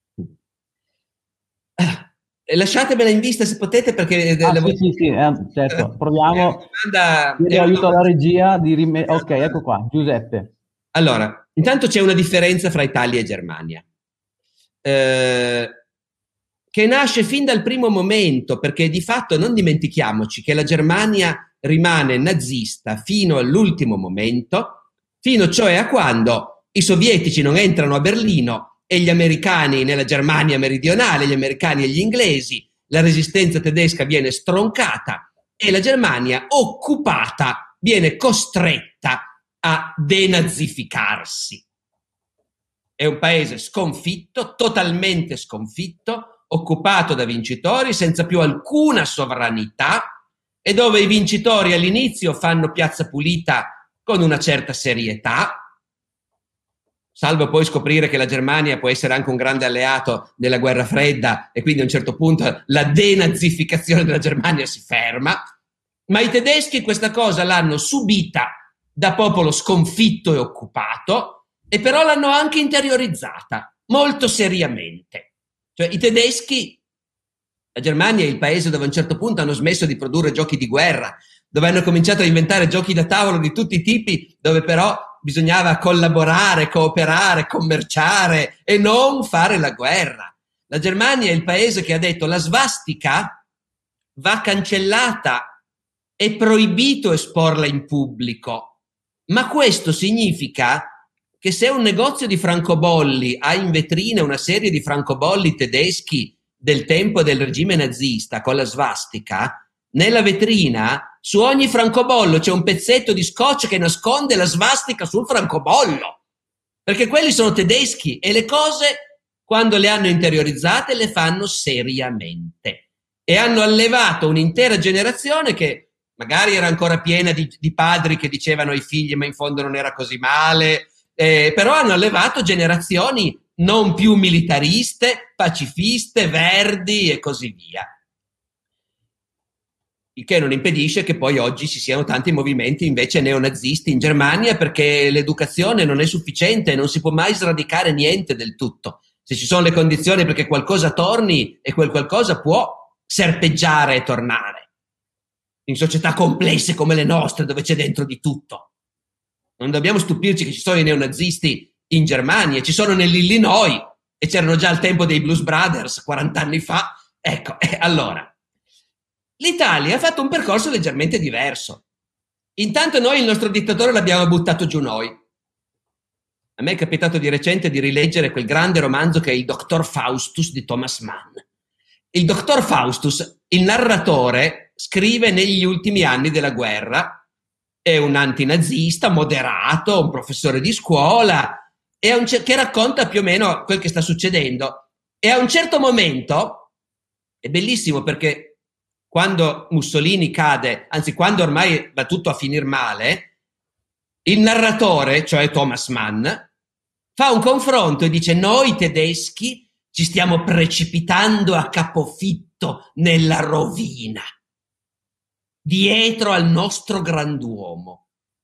Lasciatemela in vista se potete, perché ah, sì, sì, sì, eh, certo, proviamo. Chiedo aiuto alla regia di rime... ok, ecco qua, Giuseppe. Allora, intanto c'è una differenza fra Italia e Germania, eh, che nasce fin dal primo momento, perché di fatto non dimentichiamoci che la Germania rimane nazista fino all'ultimo momento, fino cioè a quando i sovietici non entrano a Berlino e gli americani nella Germania meridionale, gli americani e gli inglesi, la resistenza tedesca viene stroncata e la Germania occupata viene costretta a denazificarsi. È un paese sconfitto, totalmente sconfitto, occupato da vincitori, senza più alcuna sovranità, e dove i vincitori all'inizio fanno piazza pulita con una certa serietà, salvo poi scoprire che la Germania può essere anche un grande alleato della guerra fredda e quindi a un certo punto la denazificazione della Germania si ferma. Ma i tedeschi questa cosa l'hanno subita da popolo sconfitto e occupato, e però l'hanno anche interiorizzata molto seriamente. Cioè i tedeschi, la Germania è il paese dove a un certo punto hanno smesso di produrre giochi di guerra, dove hanno cominciato a inventare giochi da tavolo di tutti i tipi, dove però bisognava collaborare, cooperare, commerciare e non fare la guerra. La Germania è il paese che ha detto la svastica va cancellata, è proibito esporla in pubblico, ma questo significa che se un negozio di francobolli ha in vetrina una serie di francobolli tedeschi del tempo del regime nazista con la svastica, nella vetrina su ogni francobollo c'è un pezzetto di scotch che nasconde la svastica sul francobollo, perché quelli sono tedeschi e le cose, quando le hanno interiorizzate, le fanno seriamente, e hanno allevato un'intera generazione che magari era ancora piena di, di padri che dicevano ai figli ma in fondo non era così male, eh, però hanno allevato generazioni non più militariste, pacifiste, verdi e così via. Il che non impedisce che poi oggi ci siano tanti movimenti invece neonazisti in Germania, perché l'educazione non è sufficiente e non si può mai sradicare niente del tutto. Se ci sono le condizioni perché qualcosa torni, e quel qualcosa può serpeggiare e tornare. In società complesse come le nostre, dove c'è dentro di tutto. Non dobbiamo stupirci che ci sono i neonazisti in Germania, ci sono nell'Illinois e c'erano già al tempo dei Blues Brothers quaranta anni fa. Ecco, eh, allora, l'Italia ha fatto un percorso leggermente diverso. Intanto noi il nostro dittatore l'abbiamo buttato giù noi. A me è capitato di recente di rileggere quel grande romanzo che è il Dottor Faustus di Thomas Mann. Il Dottor Faustus, il narratore, scrive negli ultimi anni della guerra, è un antinazista moderato, un professore di scuola, e un, che racconta più o meno quel che sta succedendo. E a un certo momento, è bellissimo perché quando Mussolini cade, anzi quando ormai va tutto a finir male, il narratore, cioè Thomas Mann, fa un confronto e dice: noi tedeschi ci stiamo precipitando a capofitto nella rovina, dietro al nostro granduomo.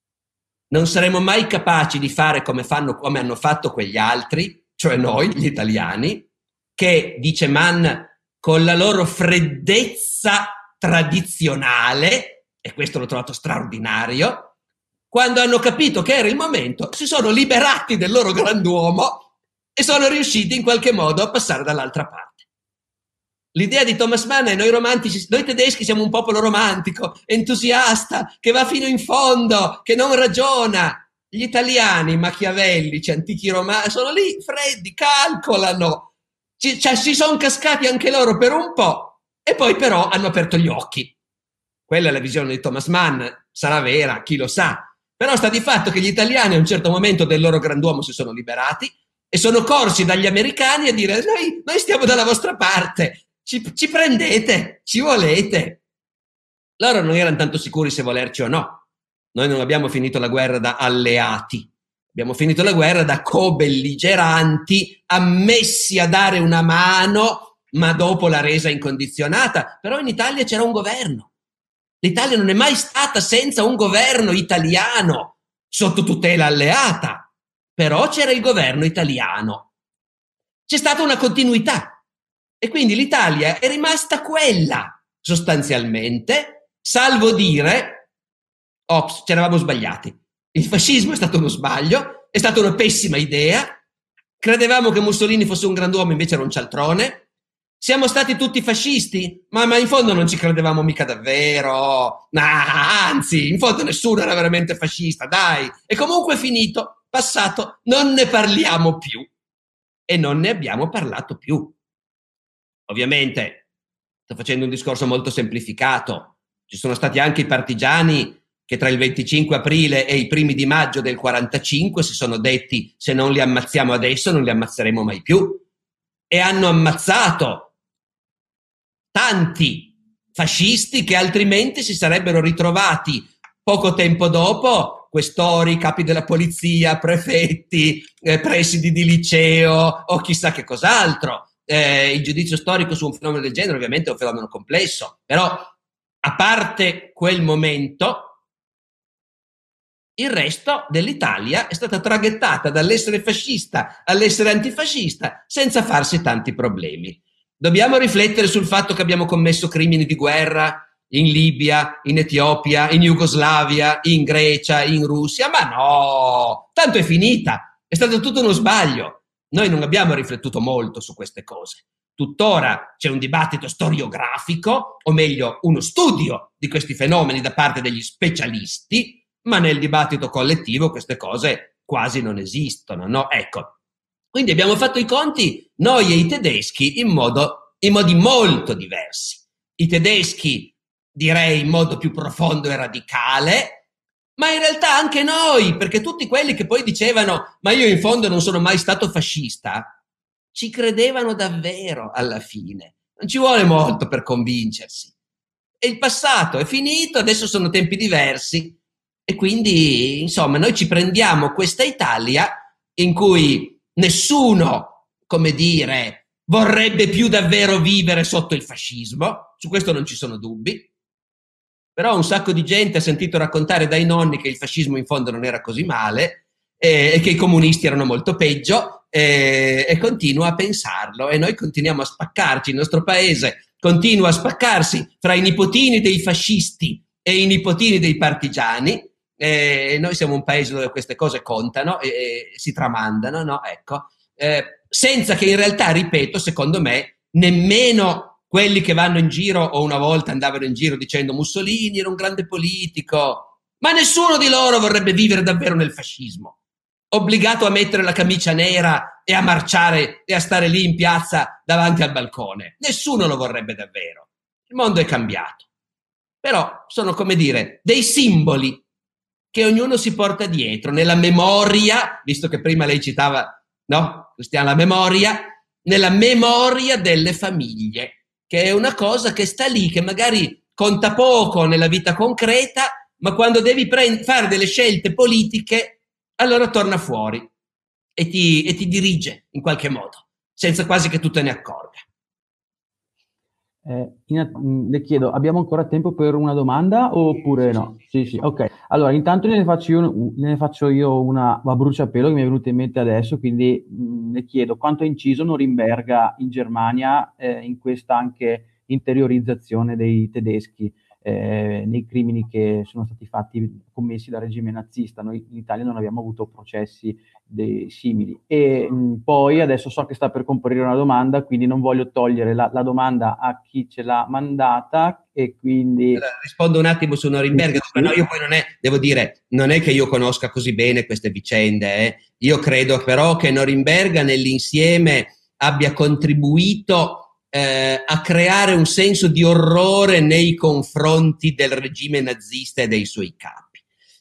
Non saremo mai capaci di fare come fanno, come hanno fatto quegli altri, cioè noi, gli italiani, che, dice Mann, con la loro freddezza tradizionale, e questo l'ho trovato straordinario, quando hanno capito che era il momento, si sono liberati del loro granduomo e sono riusciti in qualche modo a passare dall'altra parte. L'idea di Thomas Mann è: noi romantici, noi tedeschi siamo un popolo romantico, entusiasta, che va fino in fondo, che non ragiona. Gli italiani, machiavellici, antichi romani, sono lì freddi, calcolano, ci, cioè, si sono cascati anche loro per un po' e poi però hanno aperto gli occhi. Quella è la visione di Thomas Mann, sarà vera, chi lo sa. Però sta di fatto che gli italiani a un certo momento del loro granduomo si sono liberati e sono corsi dagli americani a dire: noi, noi stiamo dalla vostra parte. Ci, ci prendete, ci volete. Loro non erano tanto sicuri se volerci o no. Noi non abbiamo finito la guerra da alleati, abbiamo finito la guerra da co-belligeranti, ammessi a dare una mano, ma dopo la resa incondizionata. Però in Italia c'era un governo. L'Italia non è mai stata senza un governo italiano sotto tutela alleata, però c'era il governo italiano. C'è stata una continuità. E quindi l'Italia è rimasta quella, sostanzialmente, salvo dire: ops, ci eravamo sbagliati. Il fascismo è stato uno sbaglio, è stata una pessima idea, credevamo che Mussolini fosse un grand'uomo, invece era un cialtrone, siamo stati tutti fascisti, ma, ma in fondo non ci credevamo mica davvero, nah, anzi, in fondo nessuno era veramente fascista, dai. E comunque è finito, passato, non ne parliamo più. E non ne abbiamo parlato più. Ovviamente sto facendo un discorso molto semplificato. Ci sono stati anche i partigiani che tra il venticinque aprile e i primi di maggio del quarantacinque si sono detti: se non li ammazziamo adesso non li ammazzeremo mai più, e hanno ammazzato tanti fascisti che altrimenti si sarebbero ritrovati poco tempo dopo questori, capi della polizia, prefetti, eh, presidi di liceo o chissà che cos'altro. Eh, il giudizio storico su un fenomeno del genere ovviamente è un fenomeno complesso, però a parte quel momento il resto dell'Italia è stata traghettata dall'essere fascista all'essere antifascista senza farsi tanti problemi. Dobbiamo riflettere sul fatto che abbiamo commesso crimini di guerra in Libia, in Etiopia, in Jugoslavia, in Grecia, in Russia, ma no, tanto è finita, è stato tutto uno sbaglio. Noi non abbiamo riflettuto molto su queste cose. Tuttora c'è un dibattito storiografico, o meglio uno studio di questi fenomeni da parte degli specialisti, ma nel dibattito collettivo queste cose quasi non esistono, no? Ecco, quindi abbiamo fatto i conti noi e i tedeschi in modo in modi molto diversi. I tedeschi, direi in modo più profondo e radicale, ma in realtà anche noi, perché tutti quelli che poi dicevano ma io in fondo non sono mai stato fascista, ci credevano davvero alla fine. Non ci vuole molto per convincersi. E il passato è finito, adesso sono tempi diversi e quindi, insomma, noi ci prendiamo questa Italia in cui nessuno, come dire, vorrebbe più davvero vivere sotto il fascismo, su questo non ci sono dubbi, però un sacco di gente ha sentito raccontare dai nonni che il fascismo in fondo non era così male e, e che i comunisti erano molto peggio e, e continua a pensarlo e noi continuiamo a spaccarci, il nostro paese continua a spaccarsi fra i nipotini dei fascisti e i nipotini dei partigiani. E noi siamo un paese dove queste cose contano e, e si tramandano, no? Ecco. Eh, senza che in realtà, ripeto, secondo me, nemmeno quelli che vanno in giro o una volta andavano in giro dicendo Mussolini era un grande politico, ma nessuno di loro vorrebbe vivere davvero nel fascismo, obbligato a mettere la camicia nera e a marciare e a stare lì in piazza davanti al balcone. Nessuno lo vorrebbe davvero. Il mondo è cambiato. Però sono, come dire, dei simboli che ognuno si porta dietro nella memoria, visto che prima lei citava, no? Cristiana, la memoria, nella memoria delle famiglie, che è una cosa che sta lì, che magari conta poco nella vita concreta, ma quando devi pre- fare delle scelte politiche, allora torna fuori e ti, e ti dirige in qualche modo, senza quasi che tu te ne accorga. Eh, in, le chiedo, abbiamo ancora tempo per una domanda oppure no? Sì, sì, ok. Allora, intanto ne faccio io, ne faccio io una a bruciapelo che mi è venuta in mente adesso, quindi mh, le chiedo quanto ha inciso Norimberga in Germania eh, in questa anche interiorizzazione dei tedeschi eh, nei crimini che sono stati fatti, commessi dal regime nazista. Noi in Italia non abbiamo avuto processi dei simili. E mh, poi adesso so che sta per comparire una domanda, quindi non voglio togliere la, la domanda a chi ce l'ha mandata e quindi... Allora, rispondo un attimo su Norimberga, sì, sì. No, io poi non è, devo dire, non è che io conosca così bene queste vicende, eh. Io credo però che Norimberga nell'insieme abbia contribuito eh, a creare un senso di orrore nei confronti del regime nazista e dei suoi capi.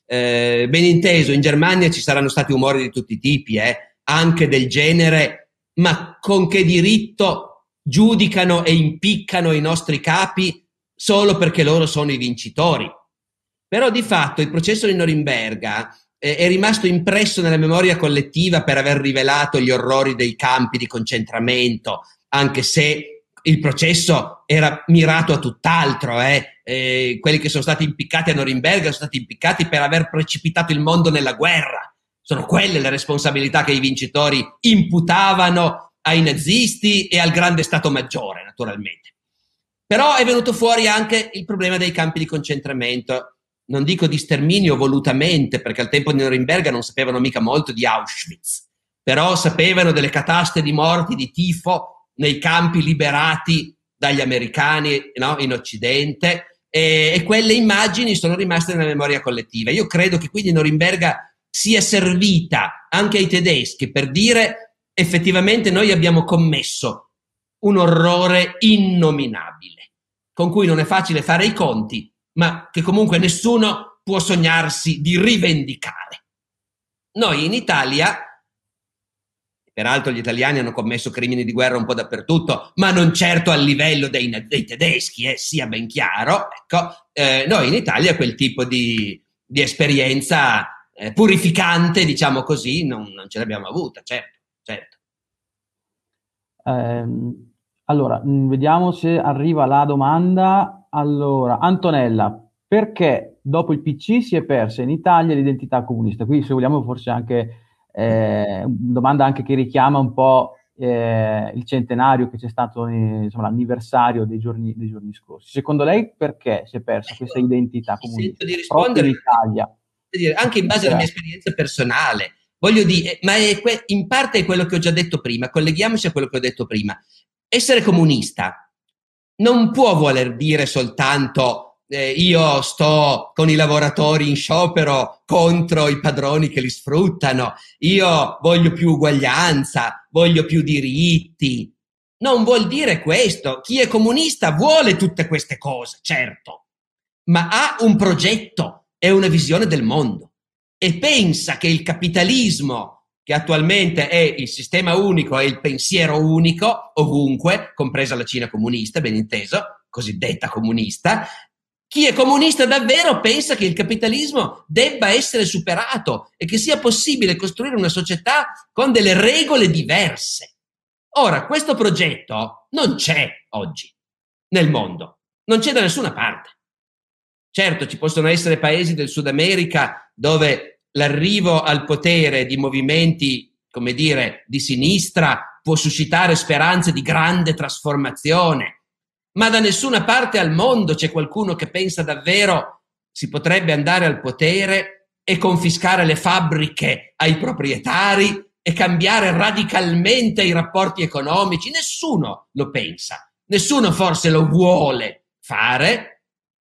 Eh, ben inteso, in Germania ci saranno stati umori di tutti i tipi, eh, anche del genere, ma con che diritto giudicano e impiccano i nostri capi solo perché loro sono i vincitori? Però di fatto il processo di Norimberga eh, è rimasto impresso nella memoria collettiva per aver rivelato gli orrori dei campi di concentramento, anche se il processo era mirato a tutt'altro, eh. Eh, quelli che sono stati impiccati a Norimberga sono stati impiccati per aver precipitato il mondo nella guerra. Sono quelle le responsabilità che i vincitori imputavano ai nazisti e al grande Stato Maggiore, naturalmente. Però è venuto fuori anche il problema dei campi di concentramento, non dico di sterminio volutamente, perché al tempo di Norimberga non sapevano mica molto di Auschwitz, però sapevano delle cataste di morti di tifo nei campi liberati dagli americani, no, in Occidente, e, e quelle immagini sono rimaste nella memoria collettiva. Io credo che quindi Norimberga sia servita anche ai tedeschi per dire effettivamente noi abbiamo commesso un orrore innominabile, con cui non è facile fare i conti, ma che comunque nessuno può sognarsi di rivendicare. Noi in Italia, peraltro gli italiani hanno commesso crimini di guerra un po' dappertutto, ma non certo al livello dei, dei tedeschi, eh, sia ben chiaro, ecco, eh, noi in Italia quel tipo di, di esperienza eh, purificante, diciamo così, non, non ce l'abbiamo avuta, certo, certo. Ehm, allora, mh, vediamo se arriva la domanda. Allora, Antonella, perché dopo il P C si è persa in Italia l'identità comunista? Qui, se vogliamo, forse anche eh, domanda anche che richiama un po' eh, il centenario che c'è stato, eh, insomma, l'anniversario dei giorni, dei giorni scorsi. Secondo lei perché si è persa questa identità comunista? Sento di rispondere in Italia. Anche in base alla mia esperienza personale. Voglio dire, ma è que- in parte è quello che ho già detto prima, colleghiamoci a quello che ho detto prima. Essere comunista non può voler dire soltanto eh, io sto con i lavoratori in sciopero contro i padroni che li sfruttano, io voglio più uguaglianza, voglio più diritti. non vuol dire questo. Chi è comunista vuole tutte queste cose, certo, ma ha un progetto e una visione del mondo e pensa che il capitalismo, che attualmente è il sistema unico e il pensiero unico ovunque, compresa la Cina comunista, ben inteso, cosiddetta comunista, chi è comunista davvero pensa che il capitalismo debba essere superato e che sia possibile costruire una società con delle regole diverse. Ora, questo progetto non c'è oggi nel mondo, non c'è da nessuna parte. Certo, ci possono essere paesi del Sud America dove l'arrivo al potere di movimenti, come dire, di sinistra può suscitare speranze di grande trasformazione, ma da nessuna parte al mondo c'è qualcuno che pensa davvero si potrebbe andare al potere e confiscare le fabbriche ai proprietari e cambiare radicalmente i rapporti economici. Nessuno lo pensa, nessuno forse lo vuole fare,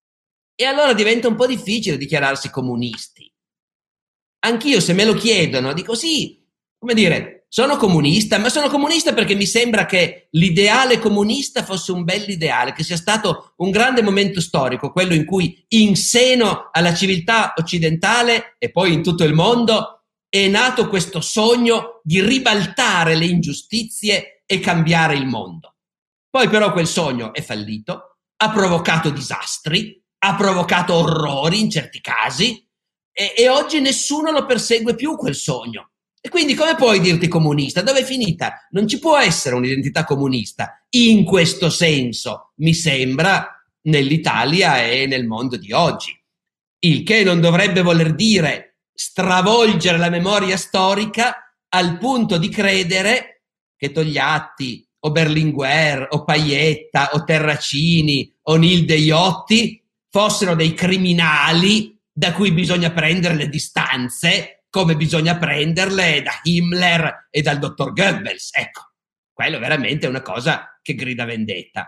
e allora diventa un po' difficile dichiararsi comunisti. Anch'io, se me lo chiedono, dico sì, come dire, sono comunista, ma sono comunista perché mi sembra che l'ideale comunista fosse un bell'ideale, che sia stato un grande momento storico, quello in cui in seno alla civiltà occidentale e poi in tutto il mondo è nato questo sogno di ribaltare le ingiustizie e cambiare il mondo. Poi però quel sogno è fallito, ha provocato disastri, ha provocato orrori in certi casi e, e oggi nessuno lo persegue più quel sogno. E quindi come puoi dirti comunista? Dove è finita? Non ci può essere un'identità comunista in questo senso, mi sembra, nell'Italia e nel mondo di oggi. Il che non dovrebbe voler dire stravolgere la memoria storica al punto di credere che Togliatti o Berlinguer o Paietta o Terracini o Nilde Iotti fossero dei criminali da cui bisogna prendere le distanze, come bisogna prenderle da Himmler e dal dottor Goebbels. Ecco, quello veramente è una cosa che grida vendetta.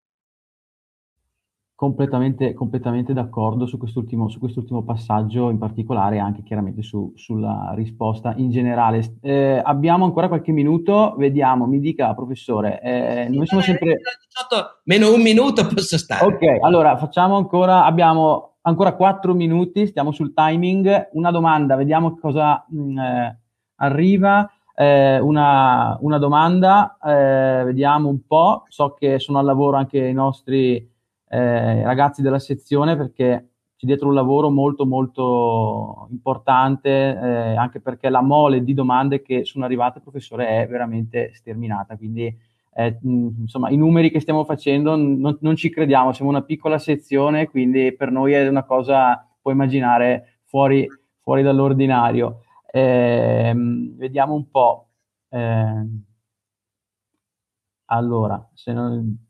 Completamente, completamente d'accordo su quest'ultimo, su quest'ultimo passaggio, in particolare e anche chiaramente su, sulla risposta in generale. Eh, abbiamo ancora qualche minuto, vediamo, mi dica professore. Eh, sì, noi siamo sempre... diciotto, meno un minuto posso stare. Ok, allora facciamo ancora, abbiamo ancora quattro minuti, stiamo sul timing. Una domanda, vediamo cosa mh, eh, arriva. Eh, una, una domanda, eh, vediamo un po'. So che sono al lavoro anche i nostri... Eh, ragazzi della sezione, perché c'è dietro un lavoro molto molto importante, eh, anche perché la mole di domande che sono arrivate, professore, è veramente sterminata, quindi eh, mh, insomma i numeri che stiamo facendo non, non ci crediamo, siamo una piccola sezione, quindi per noi è una cosa, puoi immaginare, fuori, fuori dall'ordinario. Eh, vediamo un po'. Eh, allora, se non...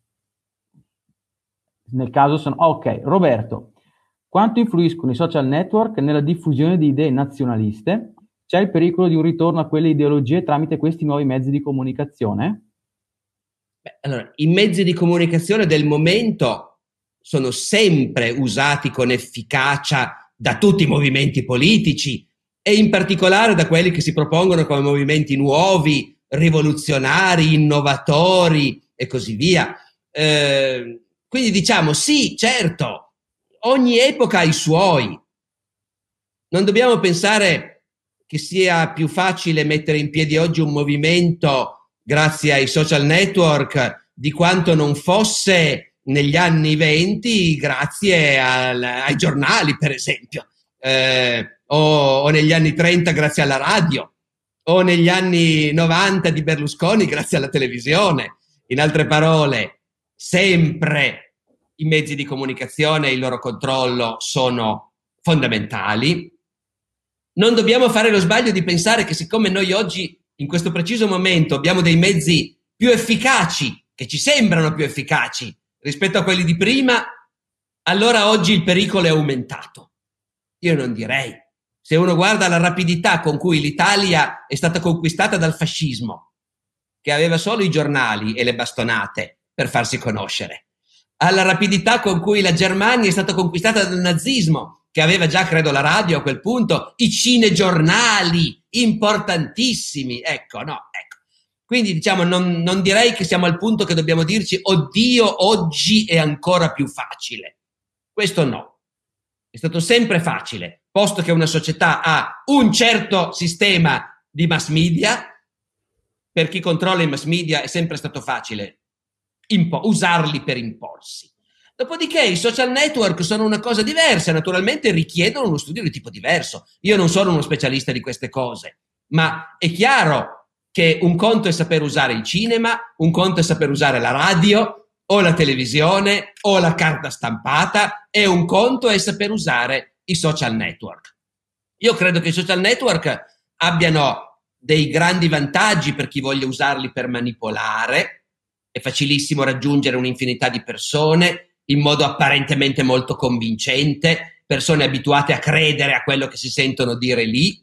Nel caso sono... Ok, Roberto, quanto influiscono i social network nella diffusione di idee nazionaliste? C'è il pericolo di un ritorno a quelle ideologie tramite questi nuovi mezzi di comunicazione? Beh, allora, i mezzi di comunicazione del momento sono sempre usati con efficacia da tutti i movimenti politici e in particolare da quelli che si propongono come movimenti nuovi, rivoluzionari, innovatori e così via. Eh, Quindi diciamo sì, certo, ogni epoca ha i suoi. Non dobbiamo pensare che sia più facile mettere in piedi oggi un movimento grazie ai social network di quanto non fosse negli anni venti grazie al, ai giornali, per esempio, eh, o, o negli anni trenta grazie alla radio, o negli anni novanta di Berlusconi grazie alla televisione. In altre parole, sempre i mezzi di comunicazione e il loro controllo sono fondamentali. Non dobbiamo fare lo sbaglio di pensare che siccome noi oggi, in questo preciso momento, abbiamo dei mezzi più efficaci, che ci sembrano più efficaci rispetto a quelli di prima, allora oggi il pericolo è aumentato. Io non direi. Se uno guarda la rapidità con cui l'Italia è stata conquistata dal fascismo, che aveva solo i giornali e le bastonate per farsi conoscere, alla rapidità con cui la Germania è stata conquistata dal nazismo, che aveva già, credo, la radio a quel punto, i cinegiornali importantissimi, ecco, no, ecco. Quindi diciamo non, non direi che siamo al punto che dobbiamo dirci oddio oggi è ancora più facile. Questo no, è stato sempre facile, posto che una società ha un certo sistema di mass media. Per chi controlla i mass media è sempre stato facile impo- usarli per imporsi. Dopodiché i social network sono una cosa diversa, naturalmente richiedono uno studio di tipo diverso. Io non sono uno specialista di queste cose, ma è chiaro che un conto è saper usare il cinema, un conto è saper usare la radio o la televisione o la carta stampata, e un conto è saper usare i social network. Io credo che i social network abbiano dei grandi vantaggi per chi voglia usarli per manipolare. È facilissimo raggiungere un'infinità di persone in modo apparentemente molto convincente, persone abituate a credere a quello che si sentono dire lì.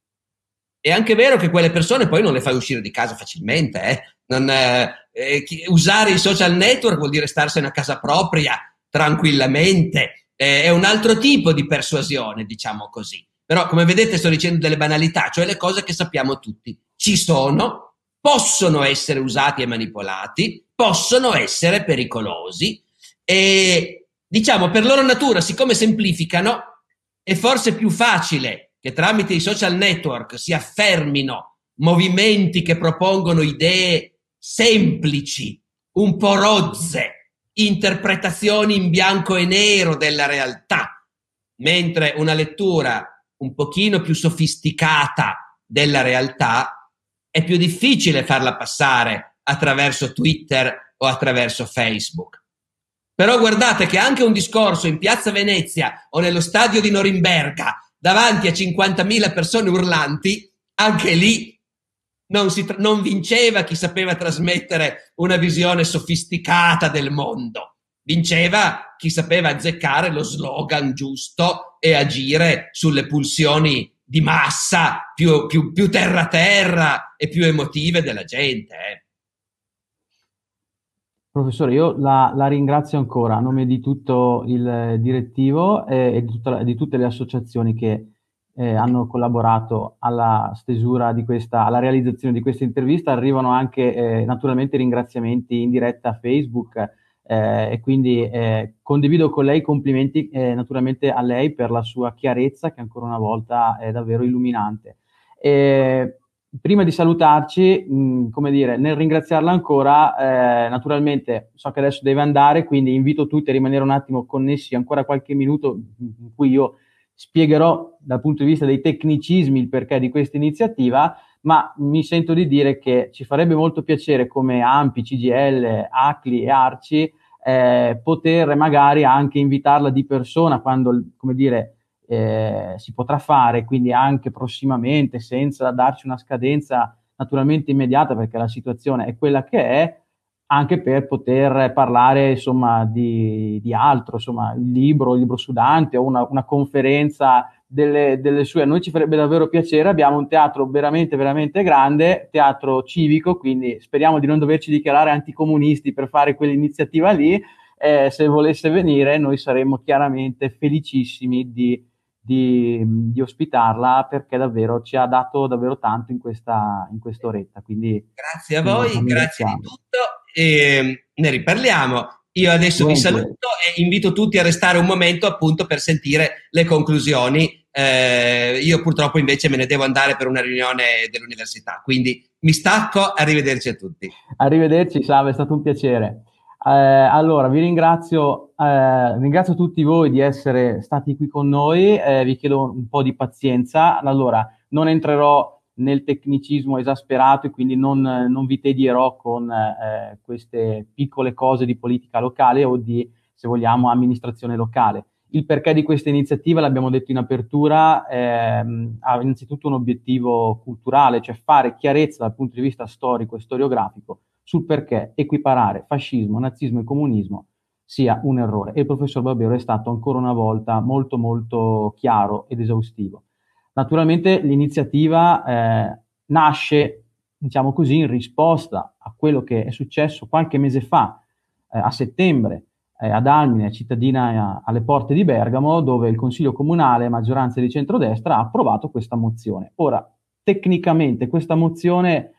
È anche vero che quelle persone poi non le fai uscire di casa facilmente. Eh? Non, eh, eh, usare i social network vuol dire starsene a casa propria tranquillamente. Eh, è un altro tipo di persuasione, diciamo così. Però, come vedete, sto dicendo delle banalità, cioè le cose che sappiamo tutti. Ci sono, possono essere usati e manipolati, possono essere pericolosi e, diciamo, per loro natura, siccome semplificano, è forse più facile che tramite i social network si affermino movimenti che propongono idee semplici, un po' rozze, interpretazioni in bianco e nero della realtà, mentre una lettura un pochino più sofisticata della realtà è più difficile farla passare attraverso Twitter o attraverso Facebook. Però guardate che anche un discorso in Piazza Venezia o nello stadio di Norimberga davanti a cinquantamila persone urlanti, anche lì non, si tra- non vinceva chi sapeva trasmettere una visione sofisticata del mondo. Vinceva chi sapeva azzeccare lo slogan giusto e agire sulle pulsioni di massa più, più, più terra-terra e più emotive della gente. Eh. Professore, io la, la ringrazio ancora a nome di tutto il direttivo e, e di, tutta, di tutte le associazioni che eh, hanno collaborato alla stesura di questa, alla realizzazione di questa intervista. Arrivano anche eh, naturalmente ringraziamenti in diretta a Facebook eh, e quindi eh, condivido con lei i complimenti eh, naturalmente a lei per la sua chiarezza, che ancora una volta è davvero illuminante. E, prima di salutarci, mh, come dire, nel ringraziarla ancora, eh, naturalmente so che adesso deve andare, quindi invito tutti a rimanere un attimo connessi ancora qualche minuto in cui io spiegherò dal punto di vista dei tecnicismi il perché di questa iniziativa, ma mi sento di dire che ci farebbe molto piacere come A M P I, C G I L, A C L I e ARCI eh, poter magari anche invitarla di persona quando, come dire, Eh, si potrà fare, quindi anche prossimamente, senza darci una scadenza naturalmente immediata, perché la situazione è quella che è, anche per poter parlare insomma di, di altro, insomma il libro, il libro su Dante o una, una conferenza delle, delle sue. A noi ci farebbe davvero piacere, abbiamo un teatro veramente veramente grande, teatro civico, quindi speriamo di non doverci dichiarare anticomunisti per fare quell'iniziativa lì. Eh, se volesse venire noi saremmo chiaramente felicissimi di Di, di ospitarla, perché davvero ci ha dato davvero tanto in questa in quest'oretta. Quindi grazie a voi, grazie di tutto e ne riparliamo. Io adesso vi saluto e invito tutti a restare un momento appunto per sentire le conclusioni. Eh, io purtroppo invece me ne devo andare per una riunione dell'università, quindi mi stacco, arrivederci a tutti. Arrivederci Salve, è stato un piacere. Eh, allora, vi ringrazio, eh, ringrazio tutti voi di essere stati qui con noi, eh, vi chiedo un po' di pazienza. Allora, non entrerò nel tecnicismo esasperato e quindi non, non vi tedierò con eh, queste piccole cose di politica locale o di, se vogliamo, amministrazione locale. Il perché di questa iniziativa, l'abbiamo detto in apertura, ehm, ha innanzitutto un obiettivo culturale, cioè fare chiarezza dal punto di vista storico e storiografico sul perché equiparare fascismo, nazismo e comunismo sia un errore. E il professor Barbero è stato ancora una volta molto molto chiaro ed esaustivo. Naturalmente l'iniziativa eh, nasce, diciamo così, in risposta a quello che è successo qualche mese fa, eh, a settembre, eh, ad Almine, cittadina eh, alle porte di Bergamo, dove il Consiglio Comunale, maggioranza di centrodestra, ha approvato questa mozione. Ora, tecnicamente questa mozione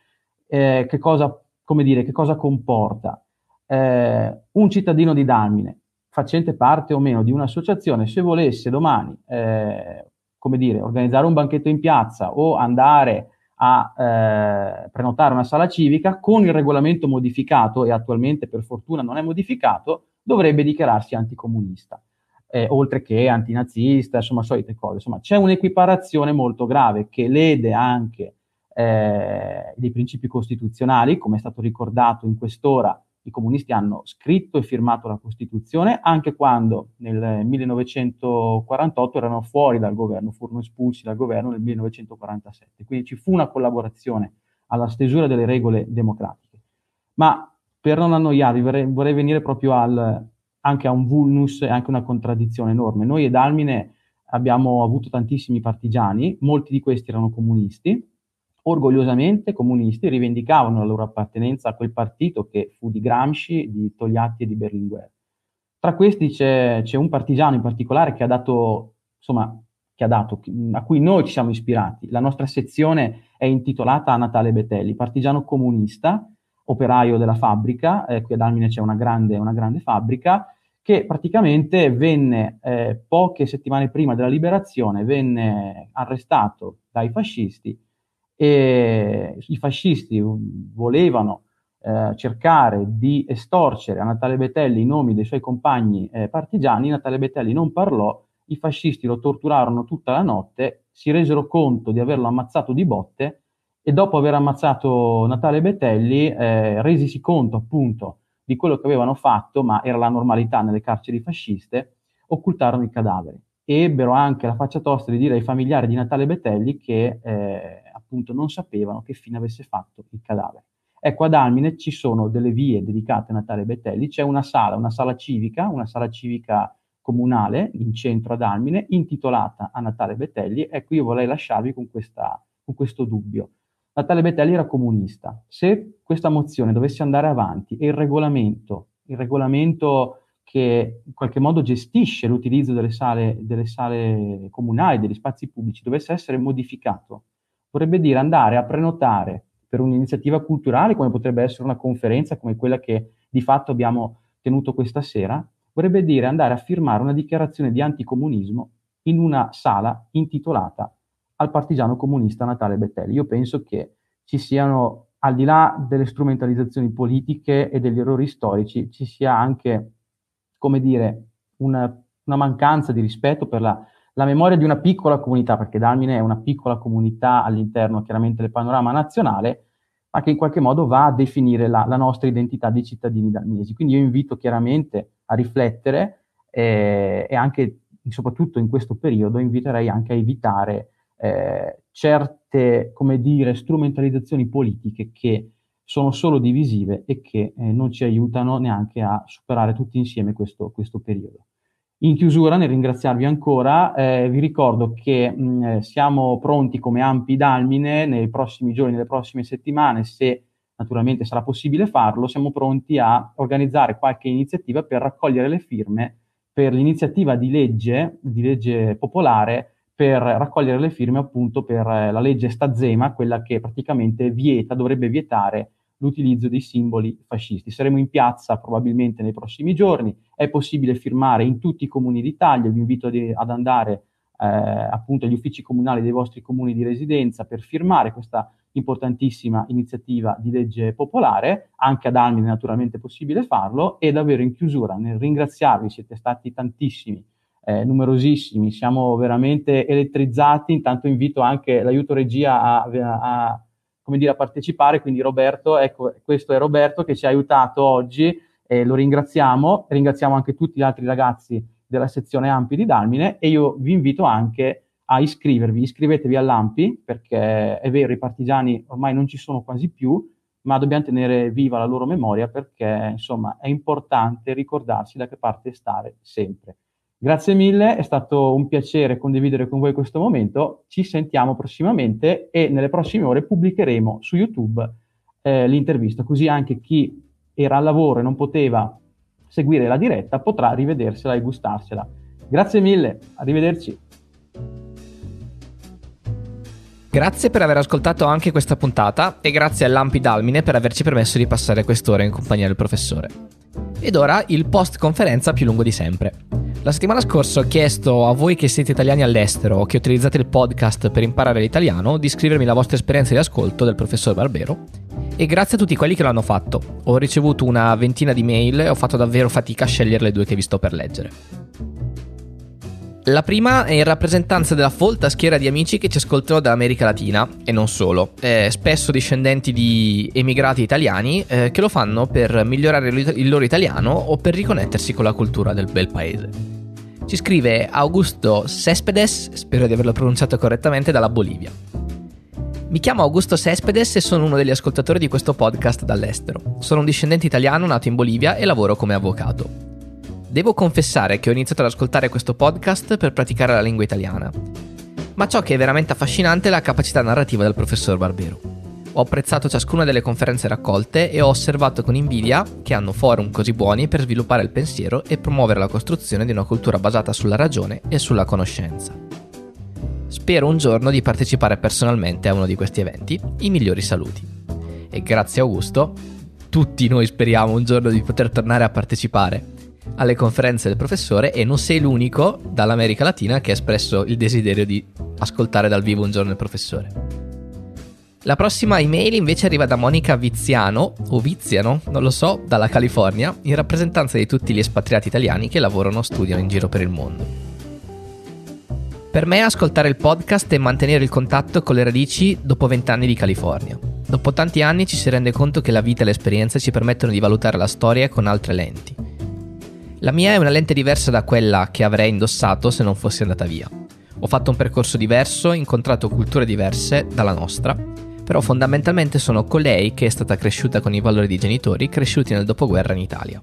eh, che cosa, come dire, che cosa comporta? Eh, un cittadino di Dalmine, facente parte o meno di un'associazione, se volesse domani, eh, come dire, organizzare un banchetto in piazza o andare a eh, prenotare una sala civica, con il regolamento modificato, e attualmente per fortuna non è modificato, dovrebbe dichiararsi anticomunista, eh, oltre che antinazista, insomma, solite cose. Insomma, c'è un'equiparazione molto grave che lede anche eh, dei principi costituzionali, come è stato ricordato in quest'ora. I comunisti hanno scritto e firmato la Costituzione anche quando nel millenovecentoquarantotto erano fuori dal governo, furono espulsi dal governo nel millenovecentoquarantasette. Quindi ci fu una collaborazione alla stesura delle regole democratiche. Ma per non annoiarvi vorrei, vorrei venire proprio al, anche a un vulnus e anche una contraddizione enorme. Noi a Dalmine abbiamo avuto tantissimi partigiani, molti di questi erano comunisti, orgogliosamente comunisti, rivendicavano la loro appartenenza a quel partito che fu di Gramsci, di Togliatti e di Berlinguer. Tra questi c'è, c'è un partigiano in particolare che ha dato, insomma, che ha dato, a cui noi ci siamo ispirati. La nostra sezione è intitolata a Natale Betelli, partigiano comunista, operaio della fabbrica, eh, qui ad Dalmine c'è una grande, una grande fabbrica, che praticamente venne, eh, poche settimane prima della liberazione, venne arrestato dai fascisti, e i fascisti volevano eh, cercare di estorcere a Natale Betelli i nomi dei suoi compagni eh, partigiani. Natale Betelli non parlò, i fascisti lo torturarono tutta la notte, si resero conto di averlo ammazzato di botte e dopo aver ammazzato Natale Betelli, eh, resisi conto appunto di quello che avevano fatto, ma era la normalità nelle carceri fasciste, occultarono il cadavere. E ebbero anche la faccia tosta di dire ai familiari di Natale Betelli che eh, appunto non sapevano che fine avesse fatto il cadavere. Ecco, ad Dalmine ci sono delle vie dedicate a Natale Betelli, c'è una sala, una sala civica, una sala civica comunale in centro a Dalmine, intitolata a Natale Betelli. Ecco, io vorrei lasciarvi con, questa, con questo dubbio. Natale Betelli era comunista. Se questa mozione dovesse andare avanti e il regolamento, il regolamento che in qualche modo gestisce l'utilizzo delle sale, delle sale comunali, degli spazi pubblici, dovesse essere modificato, vorrebbe dire andare a prenotare per un'iniziativa culturale, come potrebbe essere una conferenza come quella che di fatto abbiamo tenuto questa sera, vorrebbe dire andare a firmare una dichiarazione di anticomunismo in una sala intitolata al partigiano comunista Natale Betelli. Io penso che ci siano, al di là delle strumentalizzazioni politiche e degli errori storici, ci sia anche, come dire, una, una mancanza di rispetto per la, la memoria di una piccola comunità, perché Dalmine è una piccola comunità all'interno chiaramente del panorama nazionale, ma che in qualche modo va a definire la, la nostra identità di cittadini dalminesi. Quindi io invito chiaramente a riflettere eh, e anche, soprattutto in questo periodo, inviterei anche a evitare eh, certe, come dire, strumentalizzazioni politiche che sono solo divisive e che eh, non ci aiutano neanche a superare tutti insieme questo, questo periodo. In chiusura, nel ringraziarvi ancora, eh, vi ricordo che mh, siamo pronti come A M P I Dalmine nei prossimi giorni, nelle prossime settimane, se naturalmente sarà possibile farlo, siamo pronti a organizzare qualche iniziativa per raccogliere le firme per l'iniziativa di legge, di legge popolare, per raccogliere le firme appunto per eh, la legge Stazema, quella che praticamente vieta, dovrebbe vietare l'utilizzo dei simboli fascisti. Saremo in piazza probabilmente nei prossimi giorni, è possibile firmare in tutti i comuni d'Italia, vi invito ad, ad andare eh, appunto agli uffici comunali dei vostri comuni di residenza per firmare questa importantissima iniziativa di legge popolare. Anche ad Dalmine naturalmente è possibile farlo. E davvero in chiusura, nel ringraziarvi, siete stati tantissimi, eh, numerosissimi, siamo veramente elettrizzati. Intanto invito anche l'aiuto regia a, a come dire, a partecipare, quindi Roberto, ecco, questo è Roberto che ci ha aiutato oggi, e lo ringraziamo, ringraziamo anche tutti gli altri ragazzi della sezione A M P I di Dalmine, e io vi invito anche a iscrivervi, iscrivetevi all'A M P I, perché è vero, i partigiani ormai non ci sono quasi più, ma dobbiamo tenere viva la loro memoria, perché insomma è importante ricordarsi da che parte stare sempre. Grazie mille, è stato un piacere condividere con voi questo momento, ci sentiamo prossimamente e nelle prossime ore pubblicheremo su YouTube eh, l'intervista, così anche chi era al lavoro e non poteva seguire la diretta potrà rivedersela e gustarsela. Grazie mille, arrivederci. Grazie per aver ascoltato anche questa puntata e grazie a Lampi d'Almine per averci permesso di passare quest'ora in compagnia del professore. Ed ora il post conferenza più lungo di sempre. La settimana scorsa ho chiesto a voi che siete italiani all'estero o che utilizzate il podcast per imparare l'italiano di scrivermi la vostra esperienza di ascolto del professor Barbero, e grazie a tutti quelli che l'hanno fatto. Ho ricevuto una ventina di mail e ho fatto davvero fatica a scegliere le due che vi sto per leggere. La prima è in rappresentanza della folta schiera di amici che ci ascoltano dall'America Latina e non solo, eh, spesso discendenti di emigrati italiani eh, che lo fanno per migliorare il loro italiano o per riconnettersi con la cultura del bel paese. Ci scrive Augusto Céspedes, spero di averlo pronunciato correttamente, dalla Bolivia. Mi chiamo Augusto Céspedes e sono uno degli ascoltatori di questo podcast dall'estero. Sono un discendente italiano nato in Bolivia e lavoro come avvocato. Devo confessare che ho iniziato ad ascoltare questo podcast per praticare la lingua italiana, ma ciò che è veramente affascinante è la capacità narrativa del professor Barbero. Ho apprezzato ciascuna delle conferenze raccolte e ho osservato con invidia che hanno forum così buoni per sviluppare il pensiero e promuovere la costruzione di una cultura basata sulla ragione e sulla conoscenza. Spero un giorno di partecipare personalmente a uno di questi eventi. I migliori saluti. E grazie Augusto, tutti noi speriamo un giorno di poter tornare a partecipare alle conferenze del professore, e non sei l'unico dall'America Latina che ha espresso il desiderio di ascoltare dal vivo un giorno il professore. La prossima email invece arriva da Monica Viziano, o Viziano, non lo so, dalla California, in rappresentanza di tutti gli espatriati italiani che lavorano o studiano in giro per il mondo. Per me ascoltare il podcast e mantenere il contatto con le radici dopo vent'anni di California. Dopo tanti anni ci si rende conto che la vita e le esperienze ci permettono di valutare la storia con altre lenti. La mia è una lente diversa da quella che avrei indossato se non fossi andata via. Ho fatto un percorso diverso, incontrato culture diverse dalla nostra, però fondamentalmente sono colei che è stata cresciuta con i valori di genitori cresciuti nel dopoguerra in Italia.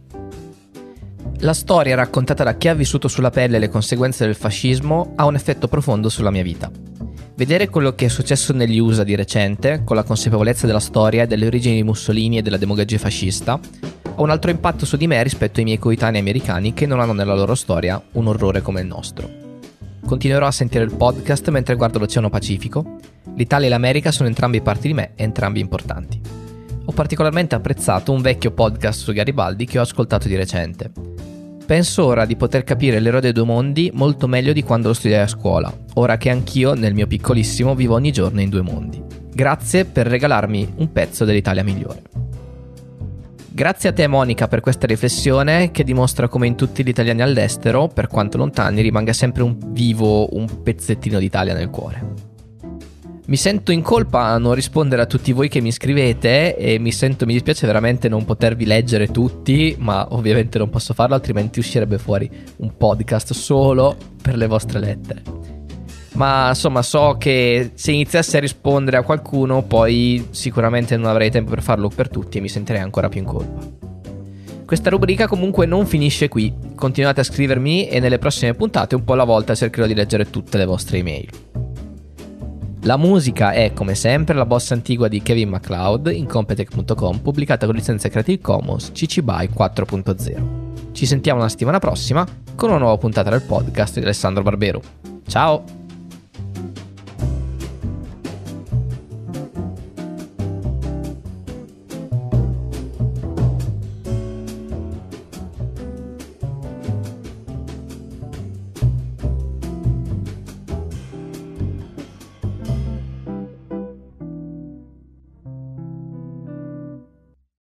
La storia raccontata da chi ha vissuto sulla pelle le conseguenze del fascismo ha un effetto profondo sulla mia vita. Vedere quello che è successo negli U S A di recente, con la consapevolezza della storia e delle origini di Mussolini e della demagogia fascista, ha un altro impatto su di me rispetto ai miei coetanei americani che non hanno nella loro storia un orrore come il nostro. Continuerò a sentire il podcast mentre guardo l'Oceano Pacifico. L'Italia e l'America sono entrambi parti di me e entrambi importanti. Ho particolarmente apprezzato un vecchio podcast su Garibaldi che ho ascoltato di recente. Penso ora di poter capire l'eroe dei due mondi molto meglio di quando lo studiai a scuola, ora che anch'io, nel mio piccolissimo, vivo ogni giorno in due mondi. Grazie per regalarmi un pezzo dell'Italia migliore. Grazie a te Monica per questa riflessione che dimostra come in tutti gli italiani all'estero, per quanto lontani, rimanga sempre un vivo un pezzettino d'Italia nel cuore. Mi sento in colpa a non rispondere a tutti voi che mi scrivete e mi sento, mi dispiace veramente non potervi leggere tutti, ma ovviamente non posso farlo, altrimenti uscirebbe fuori un podcast solo per le vostre lettere. Ma insomma so che se iniziassi a rispondere a qualcuno poi sicuramente non avrei tempo per farlo per tutti e mi sentirei ancora più in colpa. Questa rubrica comunque non finisce qui, continuate a scrivermi e nelle prossime puntate un po' alla volta cercherò di leggere tutte le vostre email. La musica è, come sempre, la bossa antigua di Kevin MacLeod in Competech punto com, pubblicata con licenza Creative Commons C C B Y quattro punto zero. Ci sentiamo la settimana prossima con una nuova puntata del podcast di Alessandro Barbero. Ciao!